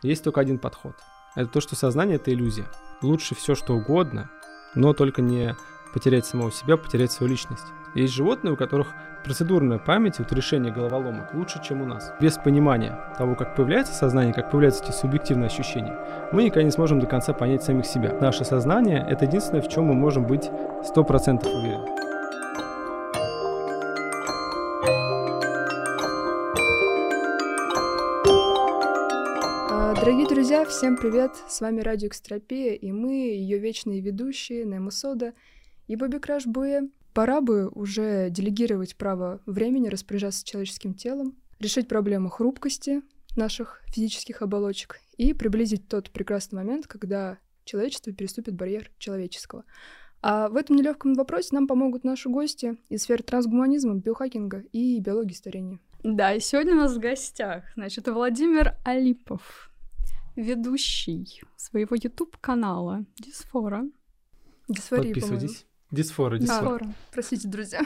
Есть только один подход. Это то, что сознание — это иллюзия. Лучше все, что угодно, но только не потерять самого себя, потерять свою личность. Есть животные, у которых процедурная память, вот решение головоломок лучше, чем у нас. Без понимания того, как появляется сознание, как появляются эти субъективные ощущения, мы никогда не сможем до конца понять самих себя. Наше сознание — это единственное, в чем мы можем быть 100% уверены. Дорогие друзья, всем привет! С вами Радио Экстерапия, и мы, ее вечные ведущие, Немо Сода и Бобби Краш Буэ. Пора бы уже делегировать право времени распоряжаться человеческим телом, решить проблему хрупкости наших физических оболочек и приблизить тот прекрасный момент, когда человечество переступит барьер человеческого. А в этом нелегком вопросе нам помогут наши гости из сферы трансгуманизма, биохакинга и биологии старения. Да, и сегодня у нас в гостях, Владимир Алипов, ведущий своего YouTube-канала Дисфора. Дисфория, подписывайтесь. Дисфора. Простите, друзья.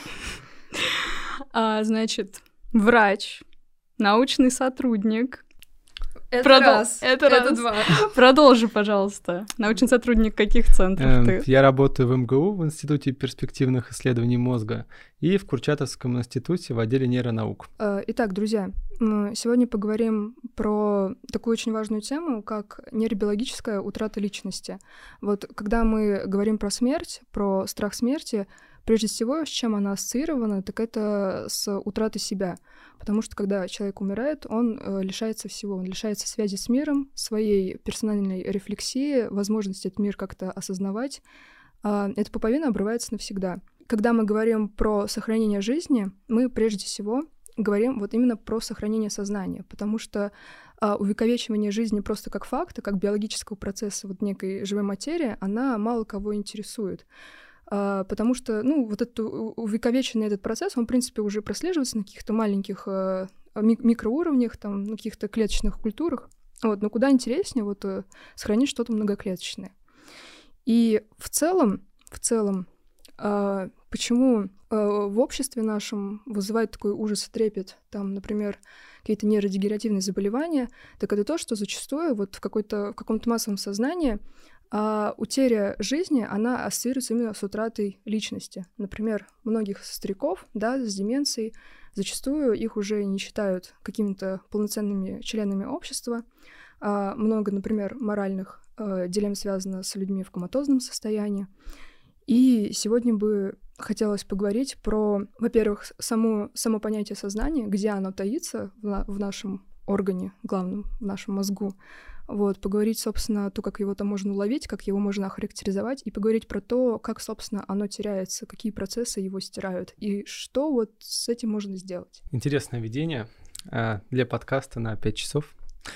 Врач, научный сотрудник. Это два. Продолжи, пожалуйста. Научный сотрудник каких центров ты? Я работаю в МГУ, в Институте перспективных исследований мозга, и в Курчатовском институте в отделе нейронаук. Итак, друзья, мы сегодня поговорим про такую очень важную тему, как нейробиологическая утрата личности. Вот когда мы говорим про смерть, про страх смерти, прежде всего, с чем она ассоциирована, так это с утратой себя. Потому что когда человек умирает, он лишается всего. Он лишается связи с миром, своей персональной рефлексии, возможности этот мир как-то осознавать. Эта пуповина обрывается навсегда. Когда мы говорим про сохранение жизни, мы прежде всего говорим вот именно про сохранение сознания, потому что увековечивание жизни просто как факта, как биологического процесса вот некой живой материи, она мало кого интересует. Потому что, вот этот увековеченный этот процесс, он, в принципе, уже прослеживается на каких-то маленьких микроуровнях, там, на каких-то клеточных культурах. Вот, но куда интереснее вот сохранить что-то многоклеточное. И в целом, почему в обществе нашем вызывает такой ужас и трепет, там, например, какие-то нейродегенеративные заболевания, так это то, что зачастую вот в каком-то массовом сознании утеря жизни, она ассоциируется именно с утратой личности. Например, многих стариков, с деменцией, зачастую их уже не считают какими-то полноценными членами общества. Много, например, моральных дилемм связано с людьми в коматозном состоянии. И сегодня бы хотелось поговорить про, во-первых, само понятие сознания, где оно таится в нашем органе, главном, в нашем мозгу. Вот, поговорить, собственно, то, как его там можно уловить, как его можно охарактеризовать, и поговорить про то, как, собственно, оно теряется, какие процессы его стирают, и что вот с этим можно сделать. Интересное ведение для подкаста на 5 часов.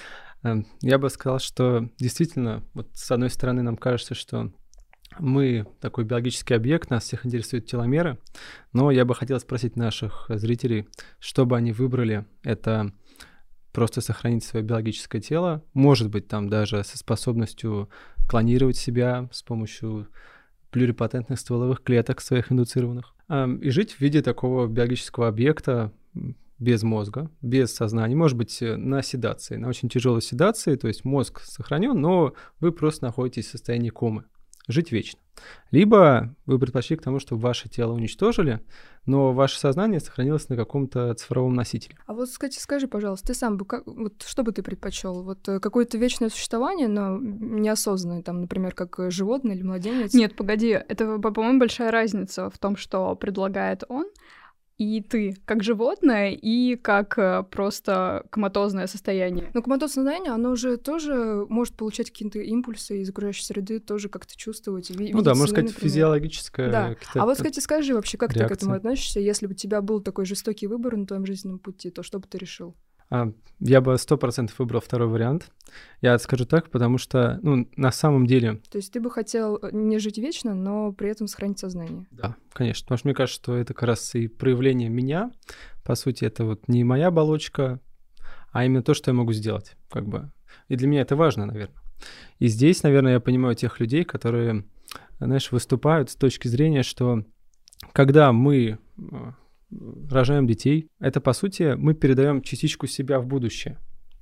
Я бы сказал, что действительно, вот с одной стороны, нам кажется, что мы такой биологический объект, нас всех интересуют теломеры, но я бы хотел спросить наших зрителей, чтобы они выбрали это просто сохранить свое биологическое тело, может быть, там даже со способностью клонировать себя с помощью плюрипатентных стволовых клеток своих индуцированных, и жить в виде такого биологического объекта без мозга, без сознания, может быть, на седации, на очень тяжелой седации, то есть мозг сохранен, но вы просто находитесь в состоянии комы. Жить вечно. Либо вы предпочли к тому, чтобы ваше тело уничтожили, но ваше сознание сохранилось на каком-то цифровом носителе. А вот, скажи, пожалуйста, ты сам бы, что бы ты предпочел? Вот какое-то вечное существование, но неосознанное, там, например, как животное или младенец? Нет, погоди, это, по-моему, большая разница в том, что предлагает он, и ты, как животное, и как просто коматозное состояние. Но коматозное состояние, оно уже тоже может получать какие-то импульсы из окружающей среды, тоже как-то чувствовать. Можно сказать, физиологическое. Да. А вот, скажи вообще, как реакция. Ты к этому относишься? Если бы у тебя был такой жестокий выбор на твоем жизненном пути, то что бы ты решил? Я бы 100% выбрал второй вариант. Я скажу так, потому что, на самом деле... То есть ты бы хотел не жить вечно, но при этом сохранить сознание? Да, конечно. Потому что мне кажется, что это как раз и проявление меня. По сути, это вот не моя оболочка, а именно то, что я могу сделать, как бы. И для меня это важно, наверное. И здесь, наверное, я понимаю тех людей, которые, выступают с точки зрения, что когда мы рожаем детей, это, по сути, мы передаем частичку себя в будущее.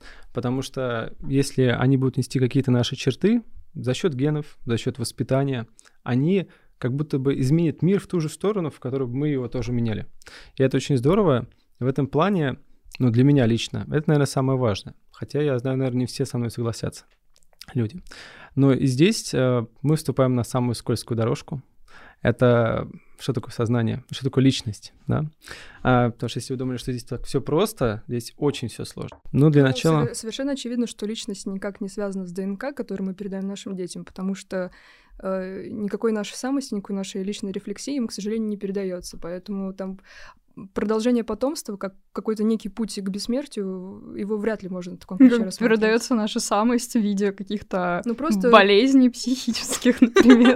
Потому что если они будут нести какие-то наши черты за счет генов, за счет воспитания, они как будто бы изменят мир в ту же сторону, в которую мы его тоже меняли. И это очень здорово. В этом плане, ну, для меня лично, это, наверное, самое важное. Хотя я знаю, наверное, не все со мной согласятся люди. Но и здесь мы вступаем на самую скользкую дорожку. Это что такое сознание, что такое личность, да? Потому что если вы думали, что здесь так все просто, здесь очень все сложно. Ну, для начала... Совершенно очевидно, что личность никак не связана с ДНК, которую мы передаем нашим детям, потому что никакой нашей самости, никакой нашей личной рефлексии им, к сожалению, не передается. Поэтому там продолжение потомства, как какой-то некий путь к бессмертию, его вряд ли можно в таком ключе рассматривать. Передается наша самость в виде каких-то болезней психических, например.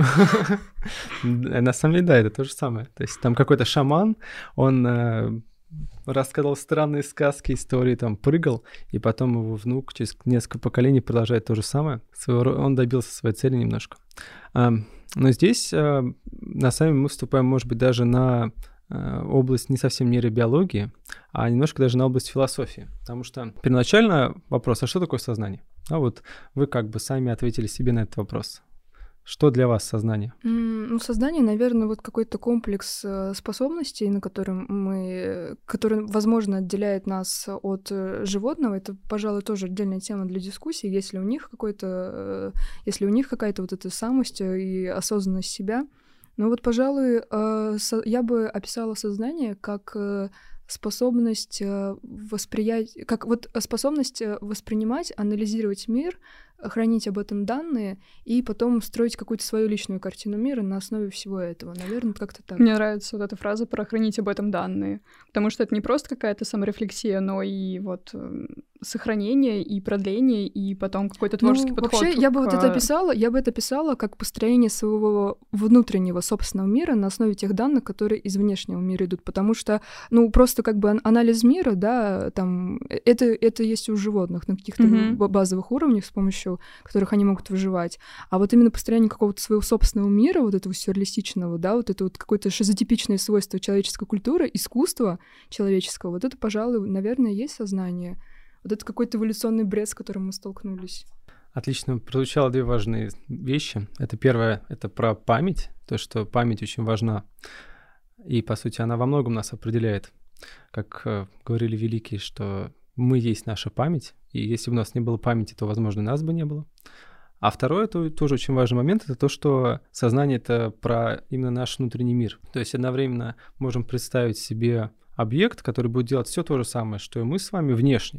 На самом деле, да, это то же самое. То есть там какой-то шаман, он рассказал странные сказки, истории, там прыгал, и потом его внук через несколько поколений продолжает то же самое. Он добился своей цели немножко. Но здесь на самом деле мы вступаем, может быть, даже на область не совсем нейробиологии, а немножко даже на область философии. Потому что первоначально вопрос, а что такое сознание? А вот вы как бы сами ответили себе на этот вопрос. Что для вас сознание? Ну, сознание, наверное, вот какой-то комплекс способностей, который, возможно, отделяет нас от животного. Это, пожалуй, тоже отдельная тема для дискуссии. Если у них какая-то вот эта самость и осознанность себя. Ну вот, пожалуй, я бы описала сознание как способность воспринимать, анализировать мир, хранить об этом данные и потом строить какую-то свою личную картину мира на основе всего этого. Наверное, как-то так. Мне нравится вот эта фраза про «хранить об этом данные», потому что это не просто какая-то саморефлексия, но и вот сохранение и продление, и потом какой-то творческий подход. Вообще, я бы это описала как построение своего внутреннего собственного мира на основе тех данных, которые из внешнего мира идут, потому что, просто как бы анализ мира, да, там, это есть у животных на каких-то базовых уровнях, с помощью которых они могут выживать. А вот именно построение какого-то своего собственного мира, вот этого сюрреалистичного, да, вот это вот какое-то шизотипичное свойство человеческой культуры, искусства человеческого, вот это, пожалуй, наверное, есть сознание. Вот это какой-то эволюционный бред, с которым мы столкнулись. Отлично. Прозвучало две важные вещи. Это первое, это про память, то, что память очень важна. И, по сути, она во многом нас определяет. Как говорили великие, что мы есть наша память, и если бы у нас не было памяти, то, возможно, нас бы не было. А второе, это тоже очень важный момент, это то, что сознание — это про именно наш внутренний мир. То есть одновременно можем представить себе объект, который будет делать все то же самое, что и мы с вами внешне,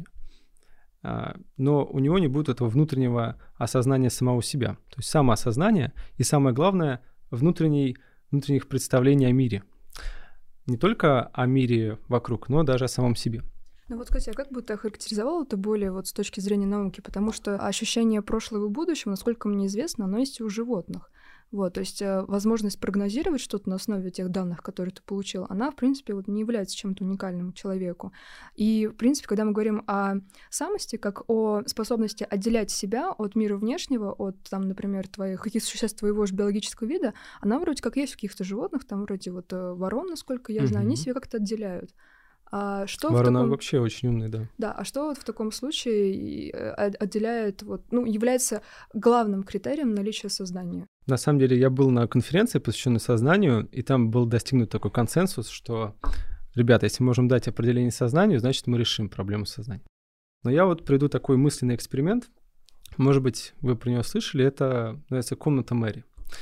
но у него не будет этого внутреннего осознания самого себя. То есть самоосознание и, самое главное, внутренних представлений о мире. Не только о мире вокруг, но даже о самом себе. Ну вот, Катя, а как бы ты охарактеризовала это более вот с точки зрения науки? Потому что ощущение прошлого и будущего, насколько мне известно, оно есть и у животных. Вот, то есть возможность прогнозировать что-то на основе тех данных, которые ты получил, она, в принципе, вот не является чем-то уникальным человеку. И, в принципе, когда мы говорим о самости, как о способности отделять себя от мира внешнего, от, там, например, каких-то существ твоего же биологического вида, она вроде как есть у каких-то животных, там вроде вот ворон, насколько я знаю, они себя как-то отделяют. Ворона вообще очень умный, да. Да, а что вот в таком случае отделяет, является главным критерием наличия сознания? На самом деле я был на конференции, посвященной сознанию, и там был достигнут такой консенсус, что, ребята, если мы можем дать определение сознанию, значит, мы решим проблему сознания. Но я вот приведу такой мысленный эксперимент. Может быть, вы про него слышали, это называется «Комната Мэри».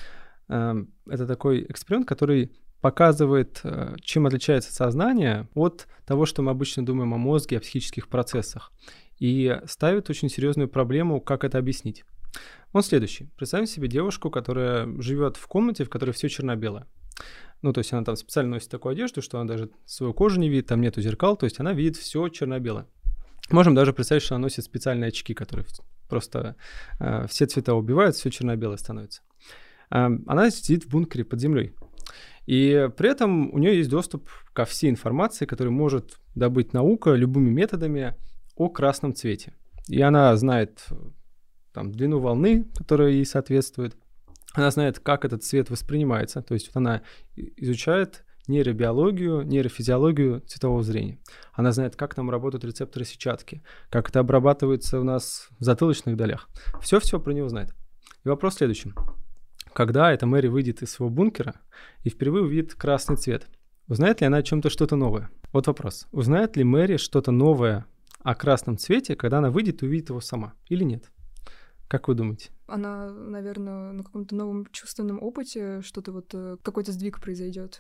Это такой эксперимент, который показывает, чем отличается сознание от того, что мы обычно думаем о мозге, о психических процессах, и ставит очень серьезную проблему, как это объяснить. Он следующий. Представим себе девушку, которая живет в комнате, в которой все черно-белое. То есть она там специально носит такую одежду, что она даже свою кожу не видит, там нету зеркал, то есть она видит все черно-белое. Можем даже представить, что она носит специальные очки, которые просто все цвета убивают, все черно-белое становится. Она сидит в бункере под землей. И при этом у нее есть доступ ко всей информации, которую может добыть наука любыми методами о красном цвете. И она знает там длину волны, которая ей соответствует. Она знает, как этот цвет воспринимается. То есть вот она изучает нейробиологию, нейрофизиологию цветового зрения. Она знает, как там работают рецепторы сетчатки, как это обрабатывается у нас в затылочных долях. Все про него знает. И вопрос в следующем. Когда эта Мэри выйдет из своего бункера и впервые увидит красный цвет, узнает ли она о чем-то что-то новое? Вот вопрос. Узнает ли Мэри что-то новое о красном цвете, когда она выйдет и увидит его сама? Или нет? Как вы думаете? Она, наверное, на каком-то новом чувственном опыте что-то вот, какой-то сдвиг произойдет.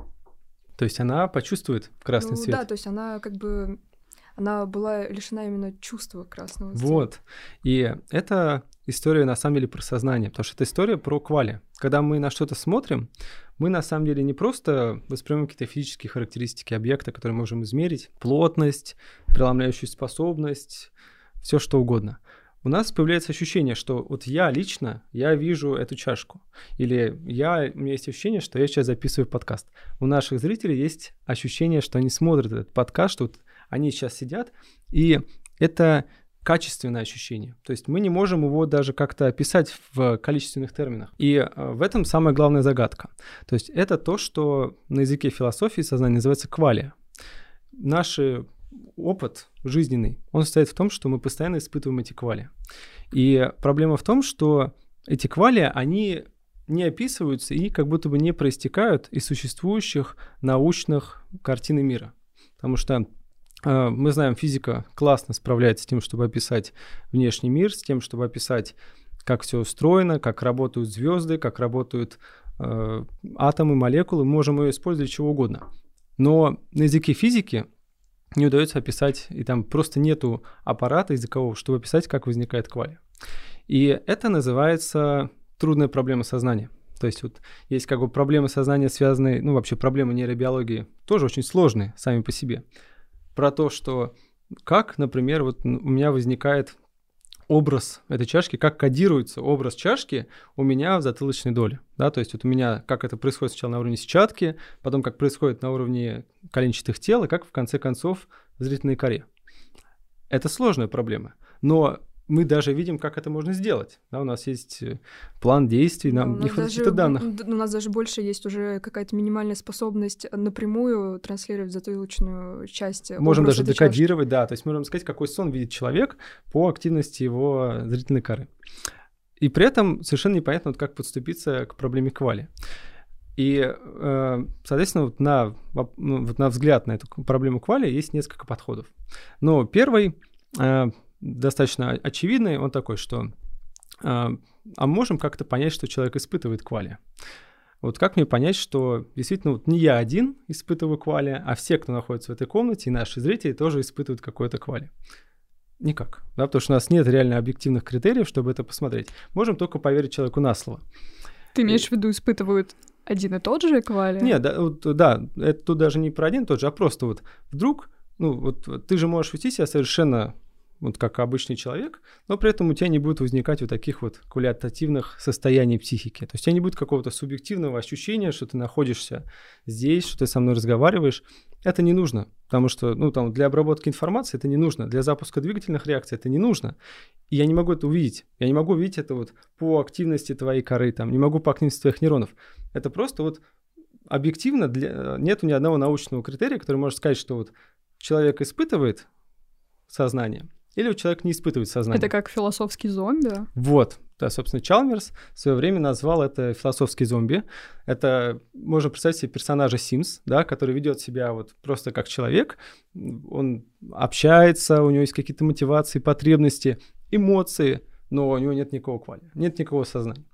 То есть она почувствует красный цвет? Да, то есть она как бы... Она была лишена именно чувства красного цвета. Вот. И это история на самом деле про сознание, потому что это история про квали. Когда мы на что-то смотрим, мы на самом деле не просто воспринимаем какие-то физические характеристики объекта, которые можем измерить, плотность, преломляющую способность, все что угодно. У нас появляется ощущение, что вот я лично, я вижу эту чашку. Или у меня есть ощущение, что я сейчас записываю подкаст. У наших зрителей есть ощущение, что они смотрят этот подкаст, что вот они сейчас сидят, и это качественное ощущение. То есть мы не можем его даже как-то описать в количественных терминах. И в этом самая главная загадка. То есть это то, что на языке философии сознания называется квалия. Наш опыт жизненный, он состоит в том, что мы постоянно испытываем эти квали. И проблема в том, что эти квали, они не описываются и как будто бы не проистекают из существующих научных картин мира. Потому что мы знаем, физика классно справляется с тем, чтобы описать внешний мир, с тем, чтобы описать, как все устроено, как работают звезды, как работают атомы, молекулы. Мы можем ее использовать для чего угодно. Но на языке физики не удается описать, и там просто нету аппарата языкового, чтобы описать, как возникает квали. И это называется трудная проблема сознания. То есть вот есть как бы проблемы сознания, связанные, вообще проблемы нейробиологии, тоже очень сложные сами по себе. Про то, что как, например, вот у меня возникает образ этой чашки, как кодируется образ чашки у меня в затылочной доле. Да? То есть вот у меня, как это происходит сначала на уровне сетчатки, потом как происходит на уровне коленчатых тел, и как в конце концов в зрительной коре. Это сложная проблема, но мы даже видим, как это можно сделать. Да, у нас есть план действий, нам не хватает каких-то данных. У нас даже больше есть уже какая-то минимальная способность напрямую транслировать затылочную часть. Можем даже декодировать, да. То есть можем сказать, какой сон видит человек по активности его зрительной коры. И при этом совершенно непонятно, вот как подступиться к проблеме квали. И, соответственно, вот на взгляд на эту проблему квали есть несколько подходов. Но первый... достаточно очевидный, он такой, что можем как-то понять, что человек испытывает квали. Вот как мне понять, что действительно вот не я один испытываю квали, а все, кто находится в этой комнате, и наши зрители тоже испытывают какое-то квали? Никак, да, потому что у нас нет реально объективных критериев, чтобы это посмотреть. Можем только поверить человеку на слово. Ты имеешь в виду, испытывают один и тот же квали? Нет, да, это тут даже не про один и тот же, а просто вот вдруг, вот ты же можешь вести себя совершенно вот как обычный человек, но при этом у тебя не будет возникать вот таких вот квалитативных состояний психики. То есть у тебя не будет какого-то субъективного ощущения, что ты находишься здесь, что ты со мной разговариваешь. Это не нужно, потому что для обработки информации это не нужно, для запуска двигательных реакций это не нужно. И я не могу это увидеть. Я не могу увидеть это вот по активности твоей коры, не могу по активности твоих нейронов. Это просто вот объективно нету ни одного научного критерия, который может сказать, что вот человек испытывает сознание, или у человека не испытывает сознание. Это как философский зомби? Вот. Да, собственно, Чалмерс в свое время назвал это философский зомби. Это можно представить себе персонажа Sims, да, который ведет себя вот просто как человек. Он общается, у него есть какие-то мотивации, потребности, эмоции, но у него нет никакого квали, нет никакого сознания.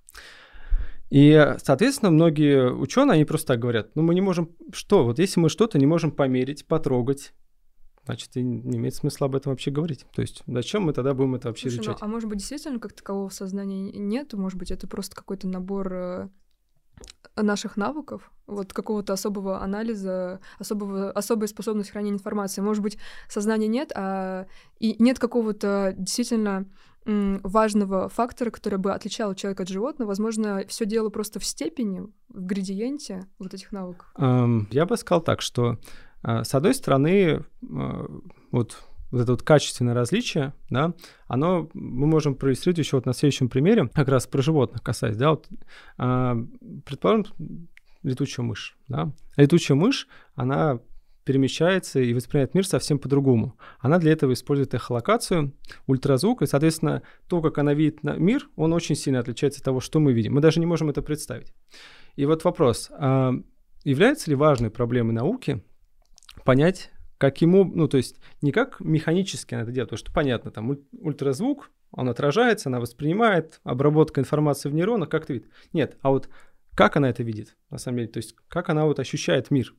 И, соответственно, многие ученые, они просто так говорят, мы не можем, вот если мы что-то не можем померить, потрогать, значит, и не имеет смысла об этом вообще говорить. То есть зачем мы тогда будем это вообще изучать? А может быть, действительно, как такового сознания нет? Может быть, это просто какой-то набор наших навыков, вот какого-то особого анализа, особой способности хранения информации. Может быть, сознания нет, и нет какого-то действительно важного фактора, который бы отличал человека от животного. Возможно, все дело просто в степени, в градиенте вот этих навыков. Я бы сказал так, что с одной стороны, вот это вот качественное различие, да, мы можем проиллюстрировать еще вот на следующем примере, как раз про животных касаясь, да, вот, предположим, летучая мышь. Да? Летучая мышь, она перемещается и воспринимает мир совсем по-другому. Она для этого использует эхолокацию, ультразвук, и, соответственно, то, как она видит мир, он очень сильно отличается от того, что мы видим. Мы даже не можем это представить. И вот вопрос, является ли важной проблемой науки понять, как ему, ну, то есть не как механически она это делает, потому что понятно, там ультразвук, он отражается, она воспринимает, обработка информации в нейронах, как это видит. Нет, а вот как она это видит, на самом деле, то есть как она вот ощущает мир.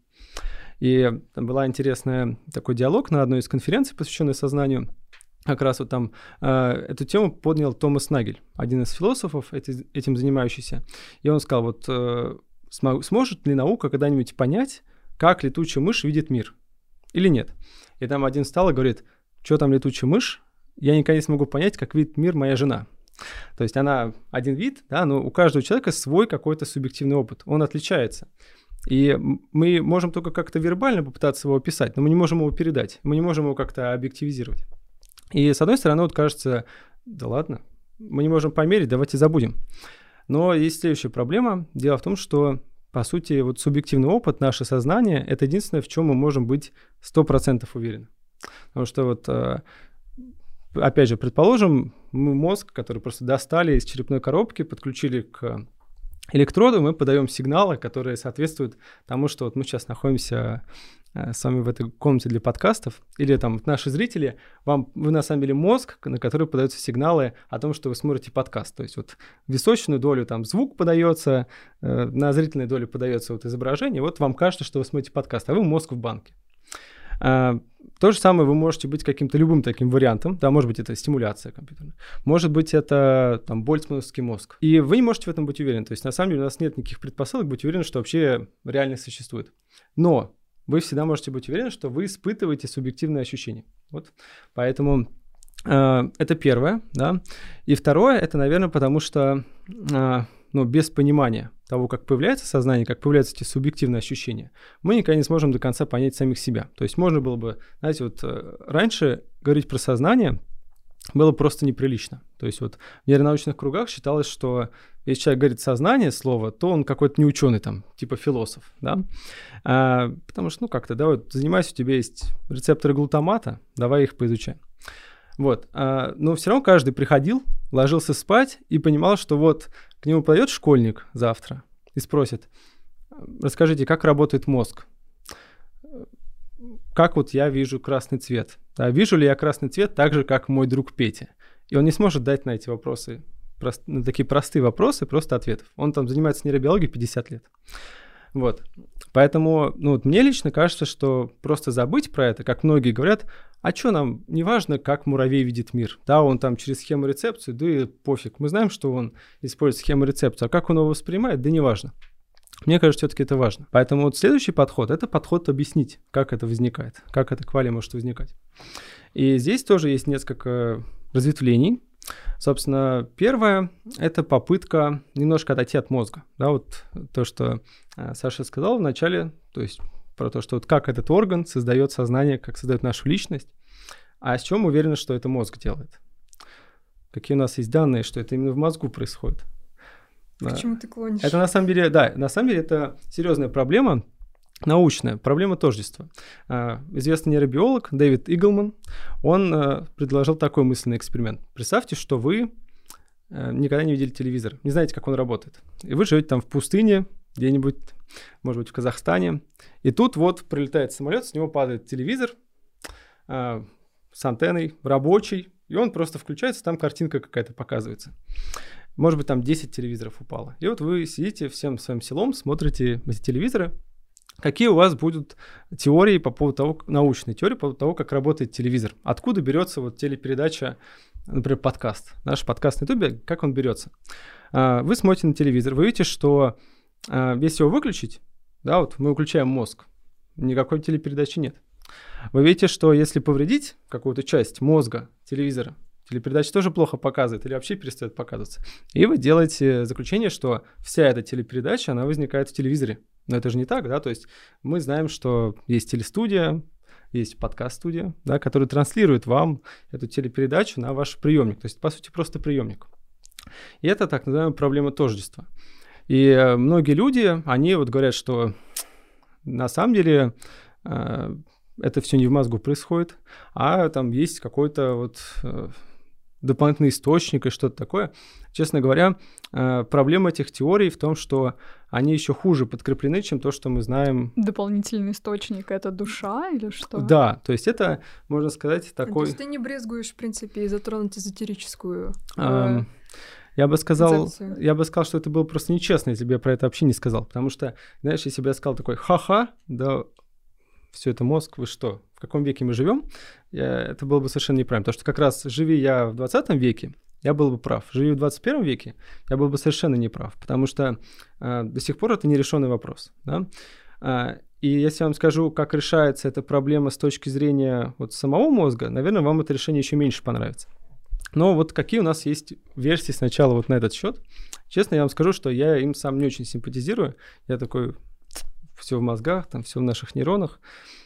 И там была интересная такой диалог на одной из конференций, посвященной сознанию. Как раз вот там эту тему поднял Томас Нагель, один из философов, этим занимающийся. И он сказал, вот сможет ли наука когда-нибудь понять, как летучая мышь видит мир или нет? И там один встал и говорит, что там летучая мышь? Я никогда не смогу понять, как видит мир моя жена. То есть она один вид, да, но у каждого человека свой какой-то субъективный опыт, он отличается. И мы можем только как-то вербально попытаться его описать, но мы не можем его передать, мы не можем его как-то объективизировать. И с одной стороны, вот кажется, да ладно, мы не можем померить, давайте забудем. Но есть следующая проблема. Дело в том, что, по сути, вот субъективный опыт, наше сознание, это единственное, в чем мы можем быть 100% уверены. Потому что вот, опять же, предположим, мы мозг, который просто достали из черепной коробки, подключили к электроду, мы подаем сигналы, которые соответствуют тому, что вот мы сейчас находимся с вами в этой комнате для подкастов, или там наши зрители, вы на самом деле мозг, на который подаются сигналы о том, что вы смотрите подкаст. То есть вот в височную долю там звук подается, на зрительной доле подается вот изображение, вот вам кажется, что вы смотрите подкаст, а вы мозг в банке. То же самое вы можете быть каким-то любым таким вариантом, да, может быть, это стимуляция компьютерная, может быть, это там больцмановский мозг. И вы не можете в этом быть уверены. То есть, на самом деле, у нас нет никаких предпосылок быть уверены, что вообще реальность существует. Но вы всегда можете быть уверены, что вы испытываете субъективные ощущения. Вот. Поэтому это первое, да. И второе, это, наверное, потому что без понимания того, как появляется сознание, как появляются эти субъективные ощущения, мы никогда не сможем до конца понять самих себя. То есть можно было бы, знаете, вот раньше говорить про сознание было просто неприлично. То есть вот в нейронаучных кругах считалось, что если человек говорит «сознание» слово, то он какой-то неученый там, типа философ, да? Потому что, вот занимайся, у тебя есть рецепторы глутамата, давай их поизучаем. Вот, но все равно каждый приходил, ложился спать и понимал, что вот к нему подойдет школьник завтра и спросит, расскажите, как работает мозг? Как вот я вижу красный цвет? Да, вижу ли я красный цвет так же, как мой друг Петя? И он не сможет дать на эти вопросы, такие простые вопросы, просто ответов. Он там занимается нейробиологией 50 лет. Вот, поэтому, мне лично кажется, что просто забыть про это, как многие говорят, а что нам, неважно, как муравей видит мир, да, он там через схеморецепцию, да и пофиг, мы знаем, что он использует схеморецепцию, а как он его воспринимает, да неважно. Мне кажется, все-таки это важно. Поэтому вот следующий подход – это подход объяснить, как это возникает, как эта кваля может возникать. И здесь тоже есть несколько разветвлений. Собственно, первое – это попытка немножко отойти от мозга. Да, вот то, что Саша сказал в начале, то есть про то, что вот как этот орган создает сознание, как создает нашу личность, а с чем уверены, что это мозг делает. Какие у нас есть данные, что это именно в мозгу происходит. К чему ты клонишь? Это на самом деле это серьезная проблема, научная проблема тождества. Известный нейробиолог Дэвид Иглман, он предложил такой мысленный эксперимент. Представьте, что вы никогда не видели телевизор, не знаете, как он работает. И вы живете там в пустыне, где-нибудь, может быть, в Казахстане. И тут вот прилетает самолет, с него падает телевизор с антенной, рабочий, и он просто включается, там картинка какая-то показывается. Может быть, там 10 телевизоров упало. И вот вы сидите всем своим селом, смотрите эти телевизоры. Какие у вас будут теории по поводу того, научные теории по поводу того, как работает телевизор? Откуда берется вот телепередача, например, подкаст? Наш подкаст на Ютубе, как он берется? Вы смотрите на телевизор, вы видите, что если его выключить, да, вот мы выключаем мозг, никакой телепередачи нет. Вы видите, что если повредить какую-то часть мозга телевизора, телепередача тоже плохо показывает или вообще перестает показываться. И вы делаете заключение, что вся эта телепередача, она возникает в телевизоре. Но это же не так, да, то есть мы знаем, что есть телестудия, есть подкаст-студия, да, которая транслирует вам эту телепередачу на ваш приемник, то есть, по сути, просто приемник. И это так называемая проблема тождества. И многие люди, они вот говорят, что на самом деле это все не в мозгу происходит, а там есть какой-то вот дополнительный источник и что-то такое. Честно говоря, проблема этих теорий в том, что они еще хуже подкреплены, чем то, что мы знаем. Дополнительный источник — это душа или что? Да, то есть это, можно сказать, такой... То есть ты не брезгуешь, в принципе, затронуть эзотерическую Я бы сказал, концепцию. что это было просто нечестно, если бы я про это вообще не сказал. Потому что, знаешь, если бы я сказал такой ха-ха, да, все это мозг, вы что, в каком веке мы живем? Это было бы совершенно неправильно. Потому что как раз живи я в 20 веке, я был бы прав. Живи в 21 веке, я был бы совершенно неправ. Потому что до сих пор это нерешенный вопрос. Да? И если я вам скажу, как решается эта проблема с точки зрения вот самого мозга, наверное, вам это решение еще меньше понравится. Но вот какие у нас есть версии сначала вот на этот счет. Честно, я вам скажу, что я им сам не очень симпатизирую. Я такой, все в мозгах, там все в наших нейронах.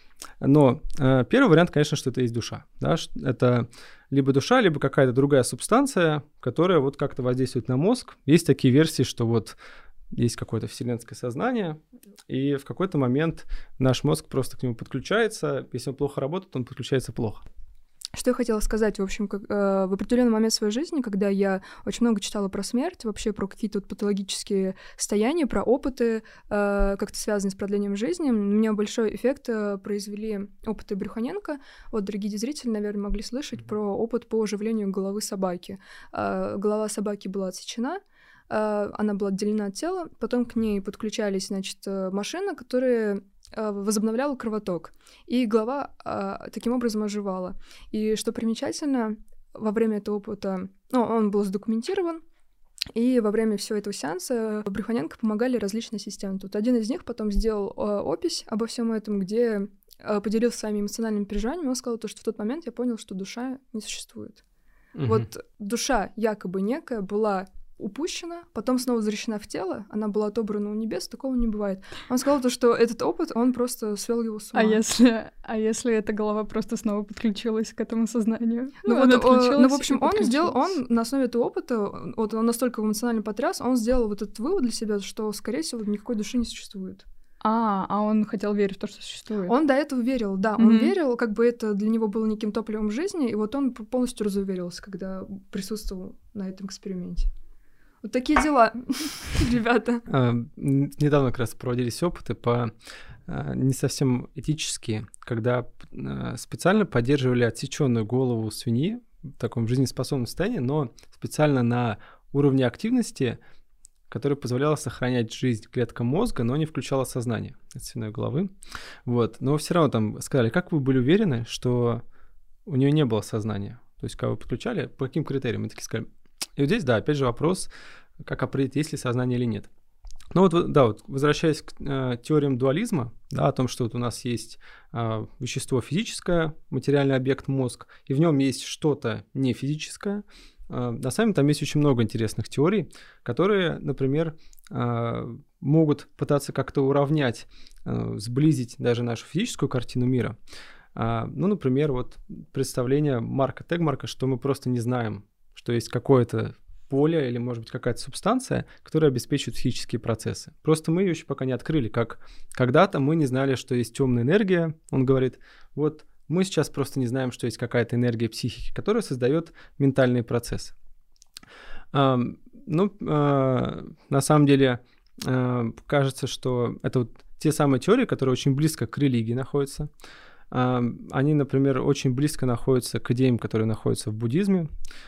Но первый вариант, конечно, что это есть душа. Да? Это либо душа, либо какая-то другая субстанция, которая вот как-то воздействует на мозг. Есть такие версии, что вот есть какое-то вселенское сознание, и в какой-то момент наш мозг просто к нему подключается. Если он плохо работает, он подключается плохо. Что я хотела сказать, в общем, в определенный момент своей жизни, когда я очень много читала про смерть, вообще про какие-то вот патологические состояния, про опыты, как-то связанные с продлением жизни, у меня большой эффект произвели опыты Брюханенко. Вот дорогие зрители, наверное, могли слышать про опыт по оживлению головы собаки. Голова собаки была отсечена, она была отделена от тела, потом к ней подключались, значит, машины, которые возобновляла кровоток, и голова таким образом оживала. И что примечательно, во время этого опыта, он был задокументирован, и во время всего этого сеанса Брюханенко помогали различные ассистенты. Вот один из них потом сделал опись обо всем этом, где поделился своими эмоциональными переживаниями. Он сказал, что в тот момент я понял, что душа не существует. Вот душа якобы некая была упущена, потом снова возвращена в тело, она была отобрана у небес, такого не бывает. Он сказал, что этот опыт, он просто свел его с ума. А если эта голова просто снова подключилась к этому сознанию? В общем, он на основе этого опыта, вот он настолько эмоционально потряс, он сделал вот этот вывод для себя, что, скорее всего, никакой души не существует. А он хотел верить в то, что существует. Он до этого верил, да. Он верил, как бы это для него было неким топливом жизни, и вот он полностью разуверился, когда присутствовал на этом эксперименте. Вот такие дела, ребята. Недавно как раз проводились опыты по не совсем этические, когда специально поддерживали отсеченную голову свиньи в таком жизнеспособном состоянии, но специально на уровне активности, который позволял сохранять жизнь клеткам мозга, но не включало сознание от свиной головы. Вот. Но все равно там сказали, как вы были уверены, что у нее не было сознания? То есть, когда вы подключали, по каким критериям? Мы такие сказали. И вот здесь, да, опять же вопрос, как определить, есть ли сознание или нет. Ну вот, да, вот возвращаясь к теориям дуализма, да, о том, что вот у нас есть вещество физическое, материальный объект мозг, и в нем есть что-то не физическое. На самом деле там есть очень много интересных теорий, которые, например, могут пытаться как-то уравнять, сблизить даже нашу физическую картину мира. Ну, например, вот представление Марка Тегмарка, что мы просто не знаем, что есть какое-то поле или, может быть, какая-то субстанция, которая обеспечивает психические процессы. Просто мы ее еще пока не открыли, как когда-то мы не знали, что есть темная энергия. Он говорит, вот мы сейчас просто не знаем, что есть какая-то энергия психики, которая создает ментальные процессы. На самом деле, кажется, что это вот те самые теории, которые очень близко к религии находятся. Они, например, очень близко находятся к идеям, которые находятся в буддизме.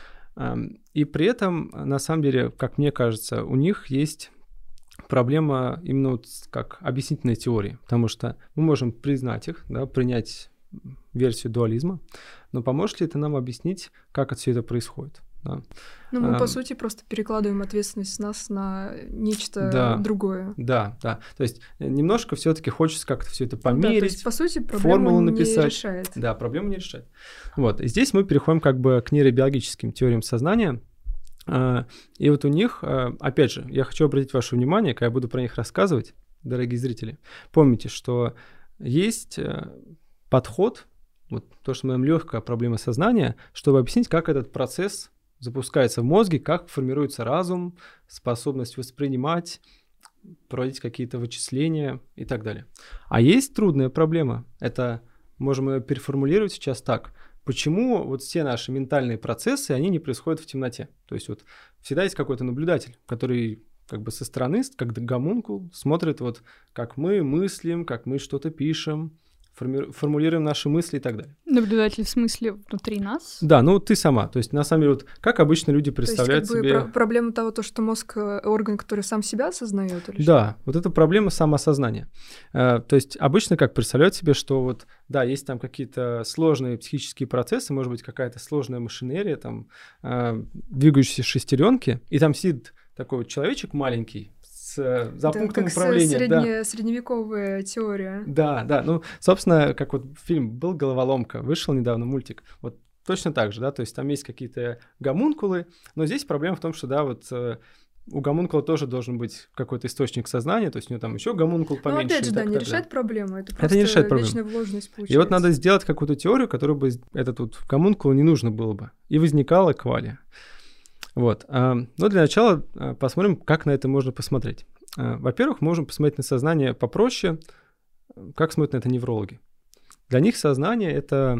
И при этом, на самом деле, как мне кажется, у них есть проблема именно вот как объяснительной теории, потому что мы можем признать их, да, принять версию дуализма, но поможет ли это нам объяснить, как это все это происходит? Да? Ну, мы, по сути, просто перекладываем ответственность с нас на нечто другое. Да. То есть немножко все-таки хочется как-то все это померить, то есть, по сути, проблему написать. Не решает. Да, проблему не решает. Вот. И здесь мы переходим как бы к нейробиологическим теориям сознания. И вот у них, опять же, я хочу обратить ваше внимание, когда я буду про них рассказывать, дорогие зрители, помните, что есть подход, вот то, что мы называем легкая проблема сознания, чтобы объяснить, как этот процесс запускается в мозге, как формируется разум, способность воспринимать, проводить какие-то вычисления и так далее. А есть трудная проблема. Это можем ее переформулировать сейчас так. Почему вот все наши ментальные процессы, они не происходят в темноте? То есть вот всегда есть какой-то наблюдатель, который как бы со стороны, как гомункул, смотрит вот как мы мыслим, как мы что-то пишем, формулируем наши мысли и так далее. Наблюдатель в смысле внутри нас? Да, ну ты сама. То есть на самом деле вот как обычно люди представляют то есть, себе... проблема того, что мозг — орган, который сам себя осознает? Да, вот это проблема самоосознания. То есть обычно как представляют себе, что вот, да, есть там какие-то сложные психические процессы, может быть, какая-то сложная машинерия, там, двигающиеся шестеренки, и там сидит такой вот человечек маленький, за пунктом управления. Средневековая теория. Да. Ну, собственно, как вот фильм был «Головоломка», вышел недавно мультик. Вот точно так же, да, то есть там есть какие-то гомункулы, но здесь проблема в том, что, да, вот у гомункула тоже должен быть какой-то источник сознания, то есть у него там еще гомункул поменьше. Ну, опять же, да, не решает проблему, это просто не решает вечная вложенность получается. И вот надо сделать какую-то теорию, которую бы этот вот гомункул не нужно было бы, и возникала квалия. Вот. Но для начала посмотрим, как на это можно посмотреть. Во-первых, можем посмотреть на сознание попроще, как смотрят на это неврологи. Для них сознание — это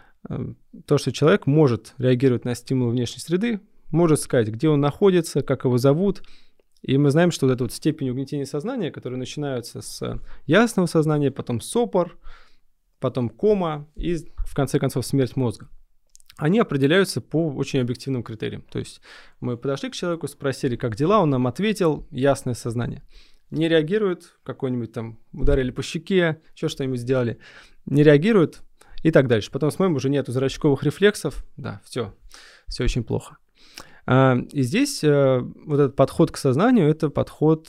то, что человек может реагировать на стимулы внешней среды, может сказать, где он находится, как его зовут. И мы знаем, что вот эта вот степень угнетения сознания, которая начинается с ясного сознания, потом сопор, потом кома и, в конце концов, смерть мозга, они определяются по очень объективным критериям. То есть мы подошли к человеку, спросили, как дела, он нам ответил, ясное сознание. Не реагирует, какой-нибудь там ударили по щеке, еще что-нибудь сделали, не реагирует и так дальше. Потом смотрим, уже нету зрачковых рефлексов, да, все очень плохо. И здесь вот этот подход к сознанию — это подход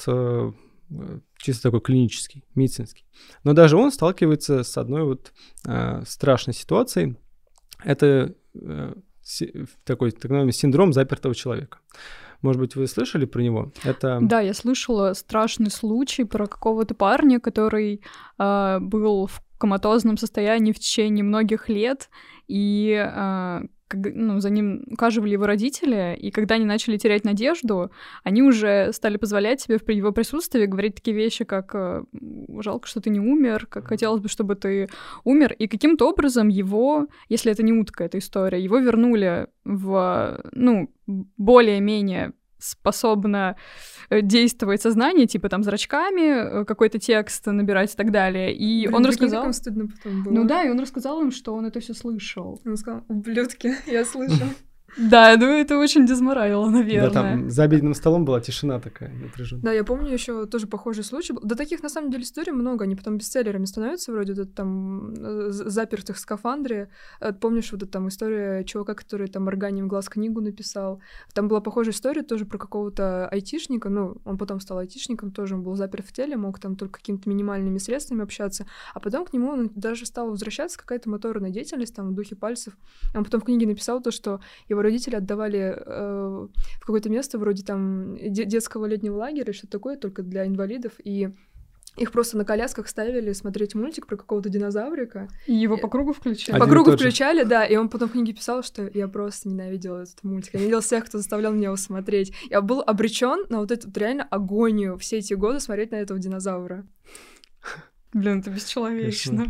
чисто такой клинический, медицинский. Но даже он сталкивается с одной вот страшной ситуацией. Это такой так называемый синдром запертого человека. Может быть, вы слышали про него? Да, я слышала страшный случай про какого-то парня, который был в коматозном состоянии в течение многих лет, и за ним ухаживали его родители, и когда они начали терять надежду, они уже стали позволять себе в его присутствии говорить такие вещи, как «жалко, что ты не умер», как «хотелось бы, чтобы ты умер», и каким-то образом его, если это не утка, эта история, его вернули в, более-менее способно действовать сознание, типа там зрачками, какой-то текст набирать и так далее. И он рассказал... стыдно потом было. Ну да, и он рассказал им, что он это все слышал. Он сказал: «Ублюдки, я слышу». Да, это очень дезморалило, наверное. Да, там за обеденным столом была тишина такая напряженная. Да, я помню еще тоже похожий случай. Да таких, на самом деле, историй много. Они потом бестселлерами становятся, вроде вот там запертых в скафандре. Помнишь вот эта там история чувака, который там «Морганием глаз» книгу написал? Там была похожая история тоже про какого-то айтишника. Он потом стал айтишником, тоже он был заперт в теле, мог там только какими-то минимальными средствами общаться. А потом к нему он даже стал возвращаться какая-то моторная деятельность там в духе пальцев. Он потом в книге написал то, что его родители отдавали в какое-то место вроде там детского летнего лагеря, что-то такое, только для инвалидов, и их просто на колясках ставили смотреть мультик про какого-то динозаврика. И его по кругу включали? По кругу включали, да, и он потом в книге писал, что я просто ненавидела этот мультик. Я ненавидела всех, кто заставлял меня его смотреть. Я был обречен на вот эту реально агонию все эти годы смотреть на этого динозавра. Блин, это бесчеловечно.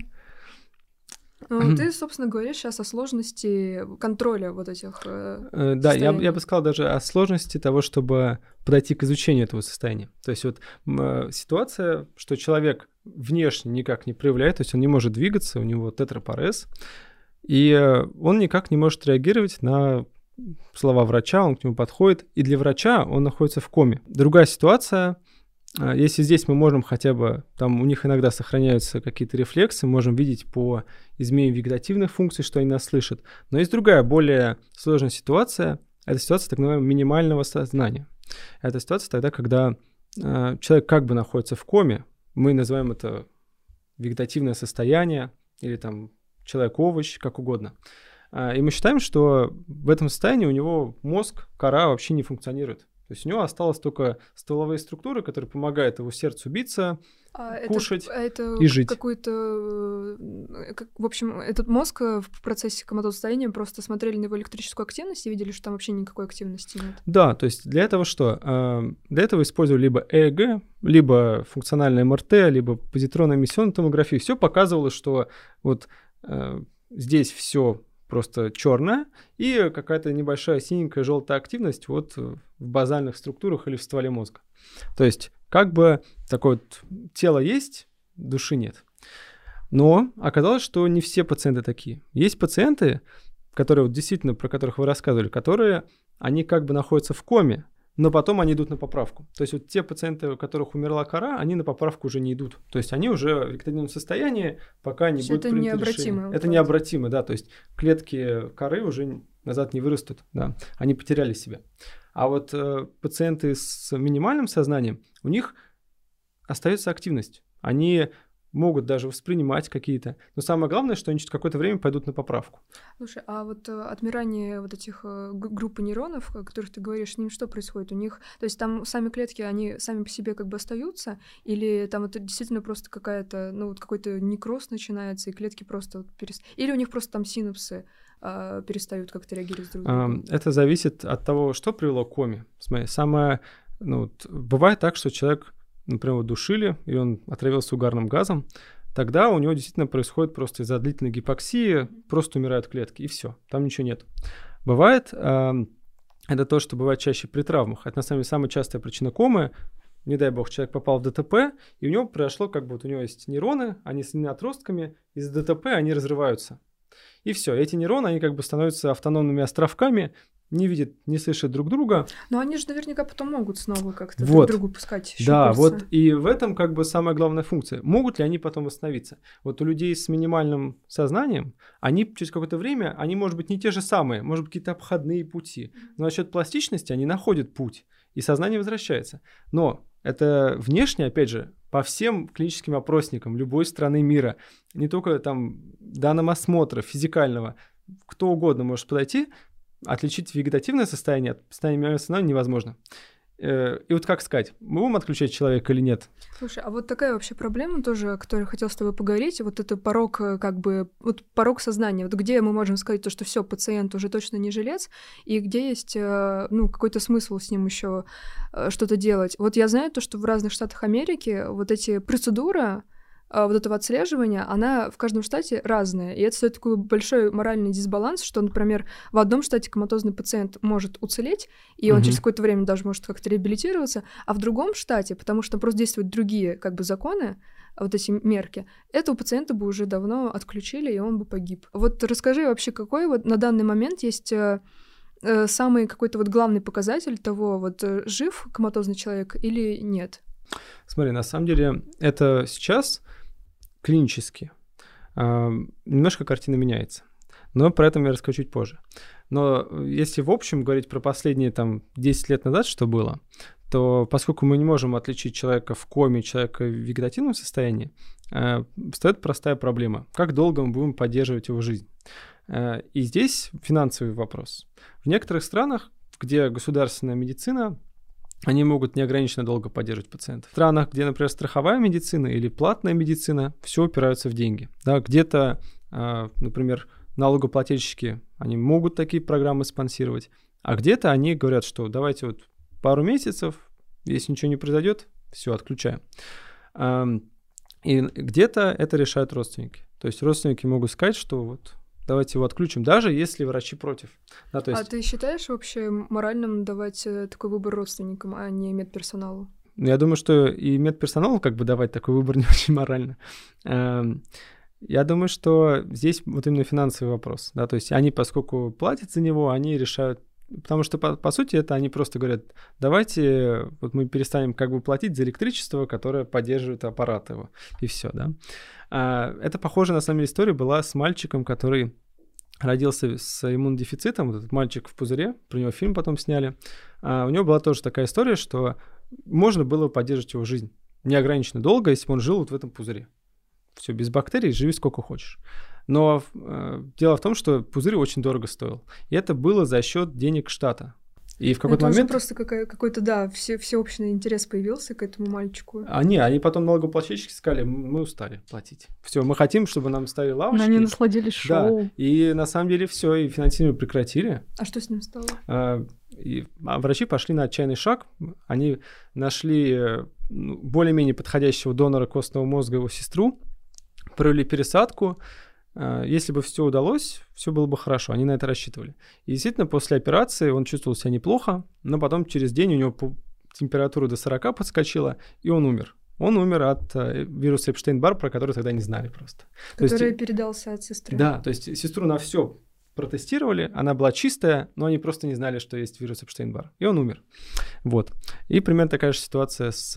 Ты, собственно, говоришь сейчас о сложности контроля вот этих Да, я бы сказал даже о сложности того, чтобы подойти к изучению этого состояния. То есть вот ситуация, что человек внешне никак не проявляет, то есть он не может двигаться, у него тетрапарез, и он никак не может реагировать на слова врача, он к нему подходит, и для врача он находится в коме. Другая ситуация... Если здесь мы можем хотя бы, там у них иногда сохраняются какие-то рефлексы, можем видеть по изменению вегетативных функций, что они нас слышат. Но есть другая, более сложная ситуация. Это ситуация так называемого минимального сознания. Это ситуация тогда, когда человек как бы находится в коме, мы называем это вегетативное состояние или там человек-овощ, как угодно. И мы считаем, что в этом состоянии у него мозг, кора вообще не функционирует. То есть у него осталось только стволовые структуры, которые помогают его сердцу биться, кушать и жить. Какой-то, в общем, этот мозг в процессе коматозного состояния просто смотрели на его электрическую активность и видели, что там вообще никакой активности нет. Да, то есть для этого что? Для этого использовали либо ЭЭГ, либо функциональное МРТ, либо позитронную эмиссионную томографию. Все показывало, что вот здесь все просто черное и какая-то небольшая синенькая желтая активность вот в базальных структурах или в стволе мозга. То есть как бы такое вот тело есть, души нет. Но оказалось, что не все пациенты такие. Есть пациенты, которые вот действительно, про которых вы рассказывали, которые, они как бы находятся в коме, но потом они идут на поправку. То есть вот те пациенты, у которых умерла кора, они на поправку уже не идут. То есть они уже в вегетативном состоянии, пока не будет принято решение. Это необратимо, да. То есть клетки коры уже назад не вырастут, да. Они потеряли себя. А вот пациенты с минимальным сознанием, у них остается активность. Они могут даже воспринимать какие-то. Но самое главное, что они через какое-то время пойдут на поправку. Слушай, а вот отмирание вот этих группы нейронов, о которых ты говоришь, с ним что происходит? У них, то есть там сами клетки, они сами по себе как бы остаются? Или там это действительно просто какая-то, ну вот какой-то некроз начинается, и клетки просто вот Или у них просто там синапсы перестают как-то реагировать друг на друга? Это зависит от того, что привело к коме. Смотри, бывает так, что человек, например, его душили, и он отравился угарным газом, тогда у него действительно происходит просто из-за длительной гипоксии, просто умирают клетки, и все, там ничего нет. Бывает, это то, что бывает чаще при травмах. Это, на самом деле, самая частая причина комы. Не дай бог, человек попал в ДТП, и у него произошло, как бы вот у него есть нейроны, они соединены отростками, из ДТП они разрываются. И все, эти нейроны, они как бы становятся автономными островками, не видят, не слышат друг друга. Но они же наверняка потом могут снова как-то друг другу пускать щупальца. Да, вот и в этом как бы самая главная функция. Могут ли они потом восстановиться? Вот у людей с минимальным сознанием, они через какое-то время, они, может быть, не те же самые, может быть, какие-то обходные пути. Но за счет пластичности они находят путь, и сознание возвращается. Но это внешне, опять же, по всем клиническим опросникам любой страны мира, не только там данным осмотра физикального, кто угодно может подойти, отличить вегетативное состояние от состояния минимального сознания невозможно. И вот как сказать, мы будем отключать человека или нет? Слушай, а вот такая вообще проблема тоже, о которой я хотела с тобой поговорить, вот это порог, как бы, вот порог сознания, вот где мы можем сказать то, что все, пациент уже точно не жилец, и где есть, ну, какой-то смысл с ним еще что-то делать. Вот я знаю то, что в разных штатах Америки вот эти процедуры, вот этого отслеживания, она в каждом штате разная. И это создает такой большой моральный дисбаланс, что, например, в одном штате коматозный пациент может уцелеть, и он через какое-то время даже может как-то реабилитироваться, а в другом штате, потому что просто действуют другие как бы законы, вот эти мерки, этого пациента бы уже давно отключили, и он бы погиб. Вот расскажи вообще, какой вот на данный момент есть самый какой-то вот главный показатель того, вот жив коматозный человек или нет? Смотри, на самом деле это сейчас клинически немножко картина меняется. Но про это я расскажу чуть позже. Но если в общем говорить про последние там 10 лет назад, что было, то поскольку мы не можем отличить человека в коме, человека в вегетативном состоянии, встает простая проблема. Как долго мы будем поддерживать его жизнь? И здесь финансовый вопрос. В некоторых странах, где государственная медицина, они могут неограниченно долго поддерживать пациентов. В странах, где, например, страховая медицина или платная медицина, все упираются в деньги. Да, где-то, например, налогоплательщики, они могут такие программы спонсировать, а где-то они говорят, что давайте вот пару месяцев, если ничего не произойдет, все, отключаем. И где-то это решают родственники. То есть родственники могут сказать, что вот давайте его отключим, даже если врачи против. Да, то есть... А ты считаешь вообще моральным давать такой выбор родственникам, а не медперсоналу? Я думаю, что и медперсоналу как бы давать такой выбор не очень морально. Я думаю, что здесь вот именно финансовый вопрос. Да, то есть они, поскольку платят за него, они решают. Потому что, по сути, это они просто говорят, давайте вот мы перестанем как бы платить за электричество, которое поддерживает аппарат его, и все, да. Это похожая, на самом деле, история была с мальчиком, который родился с иммунодефицитом, вот этот мальчик в пузыре, про него фильм потом сняли. У него была тоже такая история, что можно было поддерживать его жизнь неограниченно долго, если бы он жил вот в этом пузыре. Все, без бактерий, живи сколько хочешь. Но дело в том, что пузырь очень дорого стоил. И это было за счет денег штата. И в какой-то момент... момент... просто какой-то, да, всеобщий интерес появился к этому мальчику. Они потом налогоплательщики сказали, мы устали платить. Все, мы хотим, чтобы нам ставили лавочки. Но они насладились шоу. Да, и на самом деле все, и финансирование прекратили. А что с ним стало? А врачи пошли на отчаянный шаг. Они нашли более-менее подходящего донора костного мозга, его сестру, провели пересадку. Если бы все удалось, все было бы хорошо, они на это рассчитывали. И действительно, после операции он чувствовал себя неплохо, но потом через день у него температура до 40 подскочила, и он умер. Он умер от вируса Эпштейн-Бар, про который тогда не знали просто. Который передался от сестры. Да, то есть сестру на все протестировали, она была чистая, но они просто не знали, что есть вирус Эпштейн-Бар, и он умер. Вот. И примерно такая же ситуация с